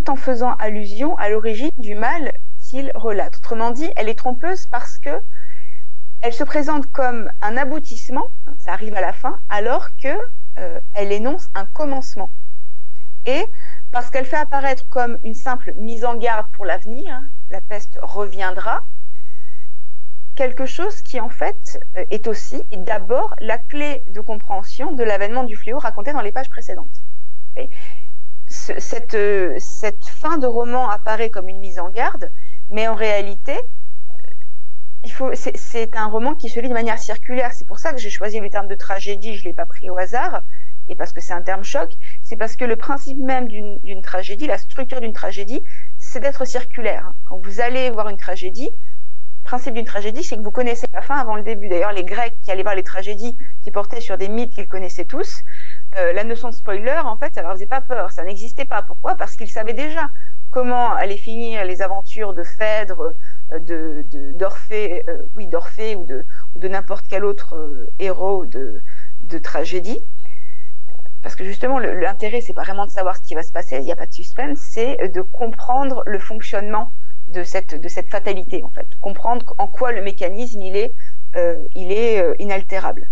tout en faisant allusion à l'origine du mal qu'il relate. Autrement dit, elle est trompeuse parce que elle se présente comme un aboutissement, ça arrive à la fin, alors que euh, elle énonce un commencement. Et parce qu'elle fait apparaître comme une simple mise en garde pour l'avenir, hein, la peste reviendra, quelque chose qui en fait est aussi et d'abord la clé de compréhension de l'avènement du fléau raconté dans les pages précédentes. Et cette, cette fin de roman apparaît comme une mise en garde, mais en réalité, il faut, c'est, c'est un roman qui se lit de manière circulaire. C'est pour ça que j'ai choisi le terme de tragédie, je ne l'ai pas pris au hasard, et parce que c'est un terme choc, c'est parce que le principe même d'une, d'une tragédie, la structure d'une tragédie, c'est d'être circulaire. Quand vous allez voir une tragédie, le principe d'une tragédie, c'est que vous connaissez la fin avant le début. D'ailleurs, les Grecs qui allaient voir les tragédies qui portaient sur des mythes qu'ils connaissaient tous, euh, la notion de spoiler, en fait, ça leur faisait pas peur, ça n'existait pas. Pourquoi ? Parce qu'ils savaient déjà comment allaient finir les aventures de Phèdre, de, de, d'Orphée, euh, oui, d'Orphée ou de, ou de n'importe quel autre euh, héros de, de tragédie. Parce que justement, le, l'intérêt, c'est pas vraiment de savoir ce qui va se passer, il n'y a pas de suspense, c'est de comprendre le fonctionnement de cette, de cette fatalité, en fait. Comprendre en quoi le mécanisme, il est, euh, il est euh, inaltérable.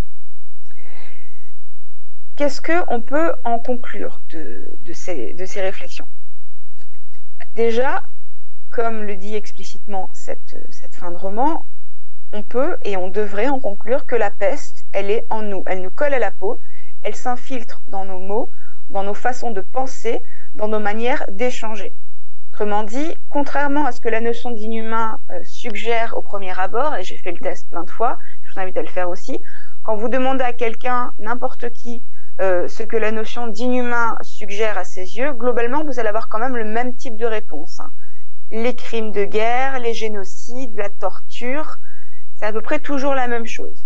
Qu'est-ce qu'on peut en conclure de, de, ces, de ces réflexions ? Déjà, comme le dit explicitement cette, cette fin de roman, on peut et on devrait en conclure que la peste, elle est en nous, elle nous colle à la peau, elle s'infiltre dans nos mots, dans nos façons de penser, dans nos manières d'échanger. Autrement dit, contrairement à ce que la notion d'inhumain euh, suggère au premier abord, et j'ai fait le test plein de fois, je vous invite à le faire aussi, quand vous demandez à quelqu'un, n'importe qui, euh, ce que la notion d'inhumain suggère à ses yeux, globalement, vous allez avoir quand même le même type de réponse. Hein. Les crimes de guerre, les génocides, la torture, c'est à peu près toujours la même chose.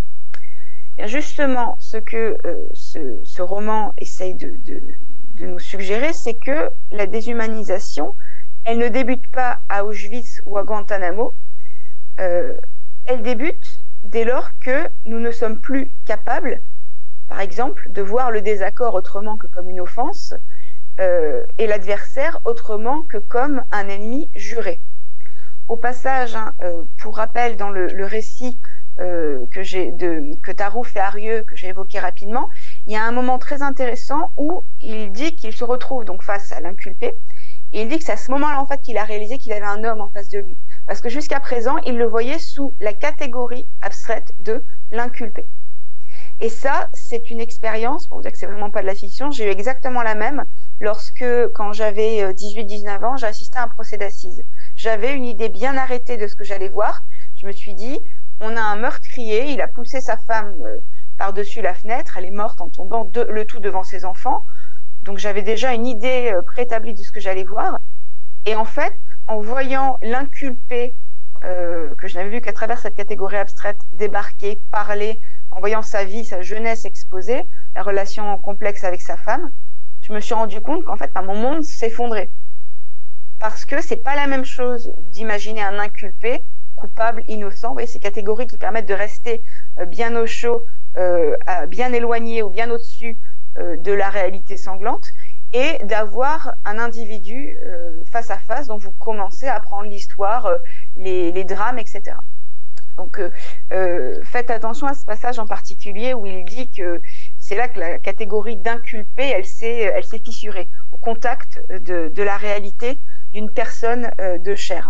Et justement, ce que euh, ce, ce roman essaye de, de, de nous suggérer, c'est que la déshumanisation, elle ne débute pas à Auschwitz ou à Guantanamo, euh, elle débute dès lors que nous ne sommes plus capables, par exemple, de voir le désaccord autrement que comme une offense, euh, et l'adversaire autrement que comme un ennemi juré. Au passage, hein, euh, pour rappel, dans le, le récit euh, que j'ai de que Tarou fait à Rieux, que j'ai évoqué rapidement, il y a un moment très intéressant où il dit qu'il se retrouve donc face à l'inculpé, et il dit que c'est à ce moment-là en fait qu'il a réalisé qu'il avait un homme en face de lui, parce que jusqu'à présent il le voyait sous la catégorie abstraite de l'inculpé. Et ça, c'est une expérience, pour vous dire que c'est vraiment pas de la fiction, j'ai eu exactement la même lorsque, quand j'avais dix-huit dix-neuf ans, j'ai assisté à un procès d'assises. J'avais une idée bien arrêtée de ce que j'allais voir. Je me suis dit, on a un meurtrier, il a poussé sa femme euh, par-dessus la fenêtre, elle est morte en tombant de, le tout devant ses enfants. Donc j'avais déjà une idée euh, préétablie de ce que j'allais voir. Et en fait, en voyant l'inculpé, euh, que je n'avais vu qu'à travers cette catégorie abstraite, débarquer, parler, en voyant sa vie, sa jeunesse exposée, la relation complexe avec sa femme, je me suis rendu compte qu'en fait, mon monde s'effondrait. Parce que c'est pas la même chose d'imaginer un inculpé, coupable, innocent, vous voyez, ces catégories qui permettent de rester bien au chaud, euh, bien éloigné ou bien au-dessus euh, de la réalité sanglante, et d'avoir un individu euh, face à face dont vous commencez à apprendre l'histoire, euh, les, les drames, et cetera. Donc, euh, euh, faites attention à ce passage en particulier où il dit que c'est là que la catégorie d'inculpé, elle s'est, elle s'est fissurée au contact de, de la réalité d'une personne euh, de chair.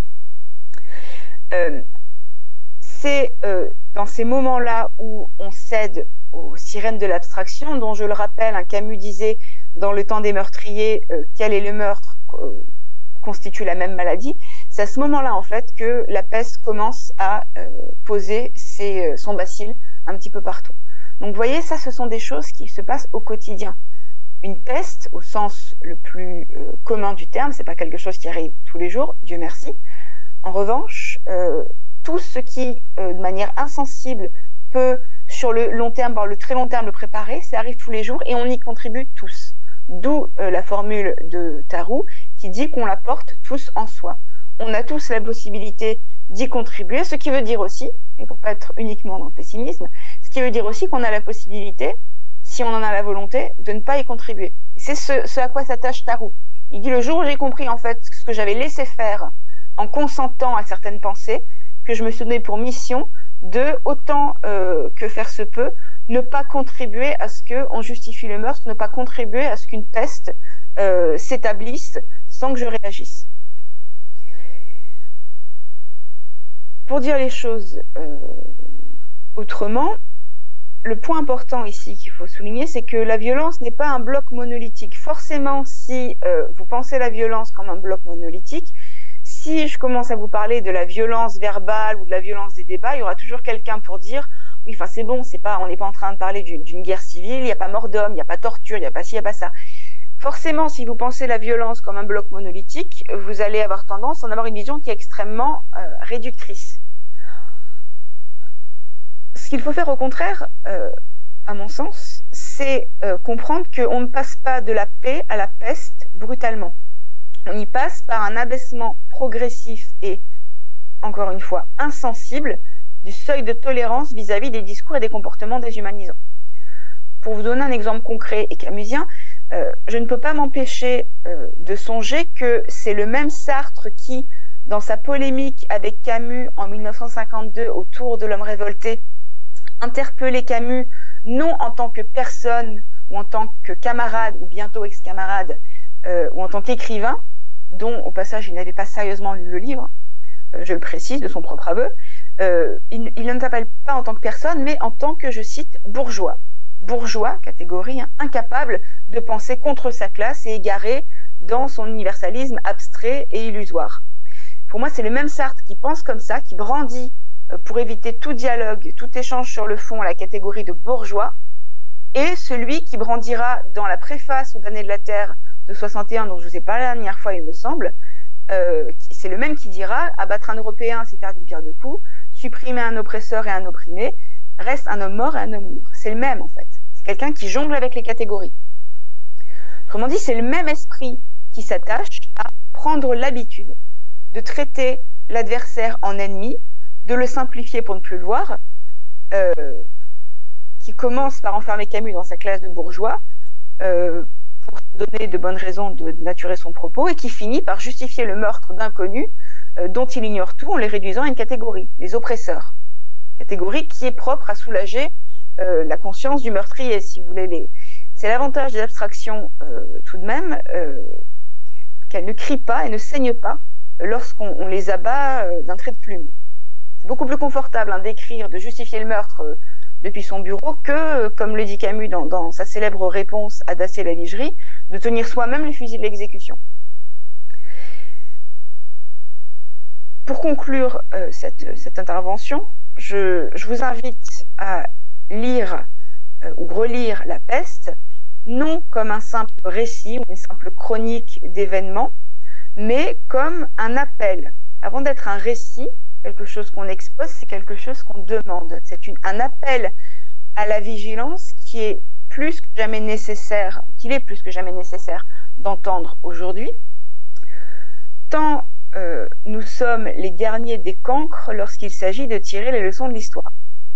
Euh, c'est euh, dans ces moments-là où on cède aux sirènes de l'abstraction, dont je le rappelle, un Camus disait dans Le Temps des meurtriers, euh, quel est le meurtre euh, constitue la même maladie. C'est à ce moment-là, en fait, que la peste commence à euh, poser ses, euh, son bacille un petit peu partout. Donc, vous voyez, ça, ce sont des choses qui se passent au quotidien. Une peste, au sens le plus euh, commun du terme, c'est pas quelque chose qui arrive tous les jours, Dieu merci. En revanche, euh, tout ce qui, euh, de manière insensible, peut, sur le long terme, voire le très long terme, le préparer, ça arrive tous les jours et on y contribue tous. D'où euh, la formule de Tarou qui dit qu'on la porte tous en soi. On a tous la possibilité d'y contribuer, ce qui veut dire aussi, et pour pas être uniquement dans le pessimisme, ce qui veut dire aussi qu'on a la possibilité, si on en a la volonté, de ne pas y contribuer. C'est ce, ce à quoi s'attache Tarou. Il dit, le jour où j'ai compris en fait ce que j'avais laissé faire en consentant à certaines pensées, que je me suis donné pour mission de, autant euh, que faire se peut, ne pas contribuer à ce qu'on justifie le meurtre, ne pas contribuer à ce qu'une peste euh, s'établisse sans que je réagisse. Pour dire les choses euh, autrement, le point important ici qu'il faut souligner, c'est que la violence n'est pas un bloc monolithique. Forcément, si euh, vous pensez la violence comme un bloc monolithique, si je commence à vous parler de la violence verbale ou de la violence des débats, il y aura toujours quelqu'un pour dire « oui, enfin c'est bon, c'est pas, on n'est pas en train de parler d'une guerre civile, il n'y a pas mort d'homme, il n'y a pas torture, il n'y a pas ci, il n'y a pas ça ». Forcément, si vous pensez la violence comme un bloc monolithique, vous allez avoir tendance à en avoir une vision qui est extrêmement euh, réductrice. Ce qu'il faut faire au contraire, euh, à mon sens, c'est euh, comprendre qu'on ne passe pas de la paix à la peste brutalement. On y passe par un abaissement progressif et, encore une fois, insensible du seuil de tolérance vis-à-vis des discours et des comportements déshumanisants. Pour vous donner un exemple concret et camusien, euh, je ne peux pas m'empêcher euh, de songer que c'est le même Sartre qui, dans sa polémique avec Camus en mille neuf cent cinquante-deux autour de l'homme révolté, interpellait Camus non en tant que personne ou en tant que camarade ou bientôt ex-camarade euh, ou en tant qu'écrivain, dont au passage il n'avait pas sérieusement lu le livre, euh, je le précise de son propre aveu, euh, il, il ne s'appelle pas en tant que personne mais en tant que, je cite, bourgeois. Bourgeois, catégorie, hein, incapable de penser contre sa classe et égaré dans son universalisme abstrait et illusoire. Pour moi, c'est le même Sartre qui pense comme ça, qui brandit pour éviter tout dialogue, tout échange sur le fond, la catégorie de bourgeois, et celui qui brandira dans la préface aux damnés de la Terre de soixante et un, dont je vous ai parlé la dernière fois, il me semble, euh, c'est le même qui dira « abattre un Européen, c'est faire d'une pierre deux coups, supprimer un oppresseur et un opprimé, reste un homme mort et un homme libre ». C'est le même, en fait. C'est quelqu'un qui jongle avec les catégories. Autrement dit, c'est le même esprit qui s'attache à prendre l'habitude de traiter l'adversaire en ennemi, de le simplifier pour ne plus le voir, euh, qui commence par enfermer Camus dans sa classe de bourgeois euh, pour donner de bonnes raisons de dénaturer son propos, et qui finit par justifier le meurtre d'inconnus euh, dont il ignore tout en les réduisant à une catégorie, les oppresseurs. Catégorie qui est propre à soulager euh, la conscience du meurtrier, si vous voulez. Les... C'est l'avantage des abstractions euh, tout de même, euh, qu'elles ne crient pas et ne saignent pas lorsqu'on les abat euh, d'un trait de plume. C'est beaucoup plus confortable hein, d'écrire, de justifier le meurtre euh, depuis son bureau que, euh, comme le dit Camus dans, dans sa célèbre réponse à Dacier-Lavigerie, de tenir soi-même le fusil de l'exécution. Pour conclure euh, cette, cette intervention, je, je vous invite à lire euh, ou relire La Peste, non comme un simple récit ou une simple chronique d'événements, mais comme un appel. Avant d'être un récit, quelque chose qu'on expose, c'est quelque chose qu'on demande. C'est un appel à la vigilance qui est plus que jamais nécessaire, qu'il est plus que jamais nécessaire d'entendre aujourd'hui, tant euh, nous sommes les derniers des cancres lorsqu'il s'agit de tirer les leçons de l'histoire.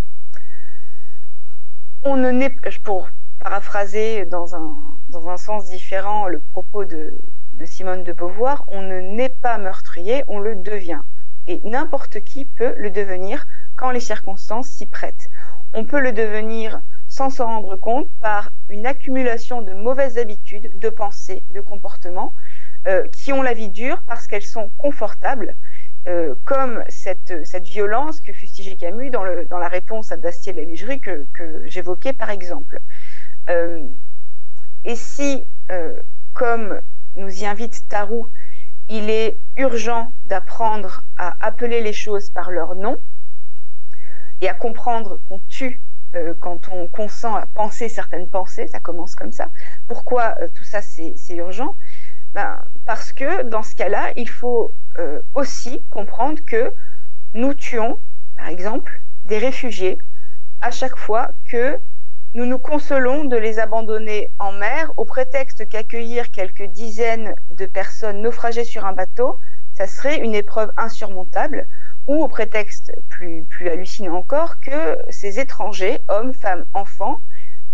On ne n'est, pour paraphraser dans un, dans un sens différent le propos de, de Simone de Beauvoir, on ne naît pas meurtrier, on le devient. Et n'importe qui peut le devenir quand les circonstances s'y prêtent. On peut le devenir sans s'en rendre compte par une accumulation de mauvaises habitudes, de pensées, de comportements euh, qui ont la vie dure parce qu'elles sont confortables, euh, comme cette, cette violence que fustigeait Camus dans, le, dans la réponse à Dacier-Lavigerie que, que j'évoquais par exemple. Euh, et si, euh, comme nous y invite Tarou, il est urgent d'apprendre à appeler les choses par leur nom et à comprendre qu'on tue euh, quand on consent à penser certaines pensées, ça commence comme ça. Pourquoi euh, tout ça c'est urgent? Ben, parce que dans ce cas-là, il faut euh, aussi comprendre que nous tuons, par exemple, des réfugiés à chaque fois que nous nous consolons de les abandonner en mer au prétexte qu'accueillir quelques dizaines de personnes naufragées sur un bateau, ça serait une épreuve insurmontable, ou au prétexte plus, plus hallucinant encore que ces étrangers, hommes, femmes, enfants,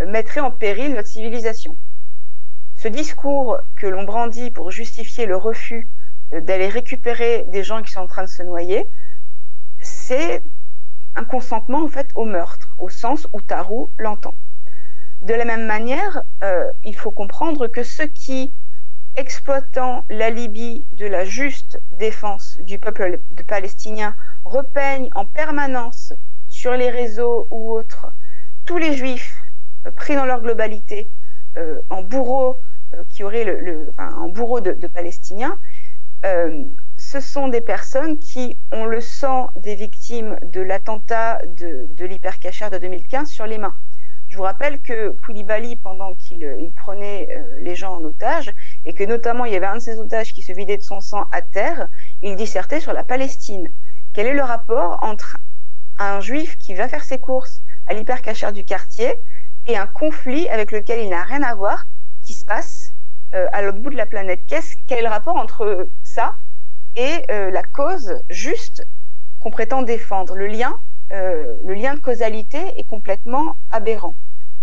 mettrait en péril notre civilisation. Ce discours que l'on brandit pour justifier le refus d'aller récupérer des gens qui sont en train de se noyer, c'est un consentement en fait au meurtre, au sens où Tarou l'entend. De la même manière, euh, il faut comprendre que ceux qui, exploitant l'alibi de la juste défense du peuple palestinien, repeignent en permanence sur les réseaux ou autres tous les juifs euh, pris dans leur globalité euh, en bourreaux euh, qui auraient le, le, enfin, en bourreaux de, de Palestiniens, euh, ce sont des personnes qui ont le sang des victimes de l'attentat de, de l'hypercacher de deux mille quinze sur les mains. Je vous rappelle que Koulibaly, pendant qu'il il prenait euh, les gens en otage, et que notamment il y avait un de ces otages qui se vidait de son sang à terre, il dissertait sur la Palestine. Quel est le rapport entre un juif qui va faire ses courses à l'hypercacher du quartier et un conflit avec lequel il n'a rien à voir, qui se passe euh, à l'autre bout de la planète? Qu'est-ce, quel est le rapport entre ça et euh, la cause juste qu'on prétend défendre? Le lien Euh, le lien de causalité est complètement aberrant.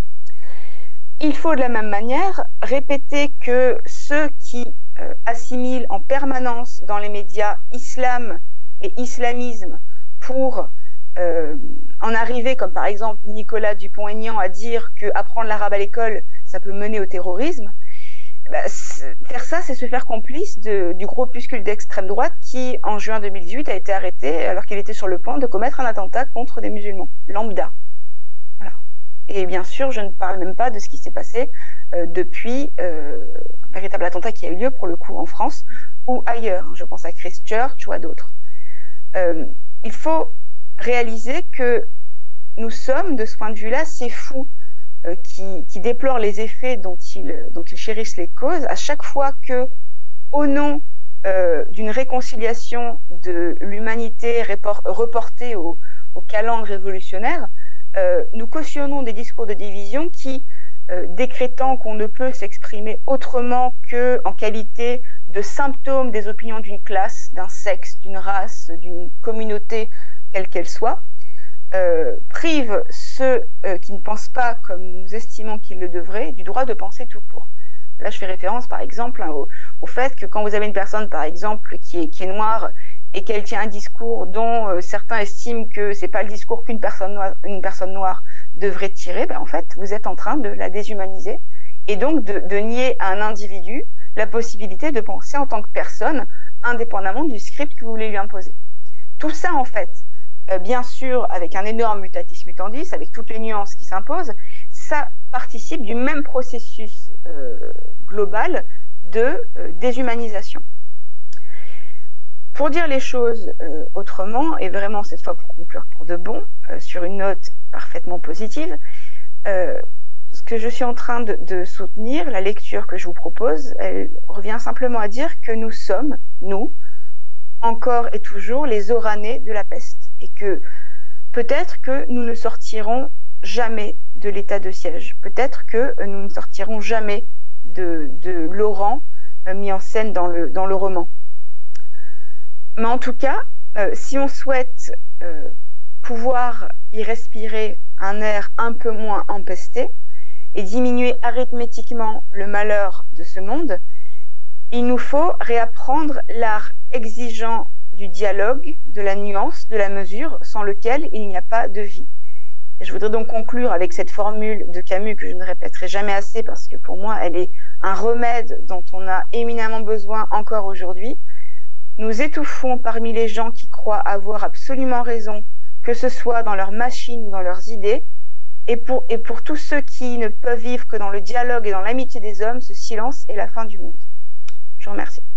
Il faut de la même manière répéter que ceux qui euh, assimilent en permanence dans les médias islam et islamisme pour euh, en arriver, comme par exemple Nicolas Dupont-Aignan, à dire que apprendre l'arabe à l'école, ça peut mener au terrorisme, bah, faire ça, c'est se faire complice de, du groupuscule d'extrême droite qui, en juin deux mille dix-huit, a été arrêté alors qu'il était sur le point de commettre un attentat contre des musulmans, lambda. Voilà. Et bien sûr, je ne parle même pas de ce qui s'est passé euh, depuis euh, un véritable attentat qui a eu lieu, pour le coup, en France ou ailleurs. Je pense à Christchurch ou à d'autres. Euh, il faut réaliser que nous sommes, de ce point de vue-là, ces fous Euh, qui, qui déplorent les effets dont ils, dont ils chérissent les causes, à chaque fois que, au nom euh, d'une réconciliation de l'humanité reportée au, au calendes révolutionnaire, euh, nous cautionnons des discours de division qui, euh, décrétant qu'on ne peut s'exprimer autrement qu'en qualité de symptôme des opinions d'une classe, d'un sexe, d'une race, d'une communauté, quelle qu'elle soit, Euh, prive ceux euh, qui ne pensent pas comme nous estimons qu'ils le devraient du droit de penser tout court. Là, je fais référence, par exemple, hein, au, au fait que quand vous avez une personne, par exemple, qui est, qui est noire et qu'elle tient un discours dont euh, certains estiment que c'est pas le discours qu'une personne noire, une personne noire devrait tirer, ben, en fait, vous êtes en train de la déshumaniser et donc de, de nier à un individu la possibilité de penser en tant que personne, indépendamment du script que vous voulez lui imposer. Tout ça, en fait, Euh, bien sûr, avec un énorme mutatis mutandis, avec toutes les nuances qui s'imposent, ça participe du même processus euh, global de euh, déshumanisation. Pour dire les choses euh, autrement, et vraiment cette fois pour conclure pour de bon, euh, sur une note parfaitement positive, euh, ce que je suis en train de, de soutenir, la lecture que je vous propose, elle revient simplement à dire que nous sommes, nous, encore et toujours les oranais de la peste, et que peut-être que nous ne sortirons jamais de l'état de siège, peut-être que nous ne sortirons jamais de, de l'Oran euh, mis en scène dans le, dans le roman. Mais en tout cas, euh, si on souhaite euh, pouvoir y respirer un air un peu moins empesté et diminuer arithmétiquement le malheur de ce monde, il nous faut réapprendre l'art exigeant du dialogue, de la nuance, de la mesure, sans lequel il n'y a pas de vie. Et je voudrais donc conclure avec cette formule de Camus que je ne répéterai jamais assez parce que pour moi, elle est un remède dont on a éminemment besoin encore aujourd'hui. Nous étouffons parmi les gens qui croient avoir absolument raison, que ce soit dans leurs machines ou dans leurs idées, et pour, et pour tous ceux qui ne peuvent vivre que dans le dialogue et dans l'amitié des hommes, ce silence est la fin du monde. Je vous remercie.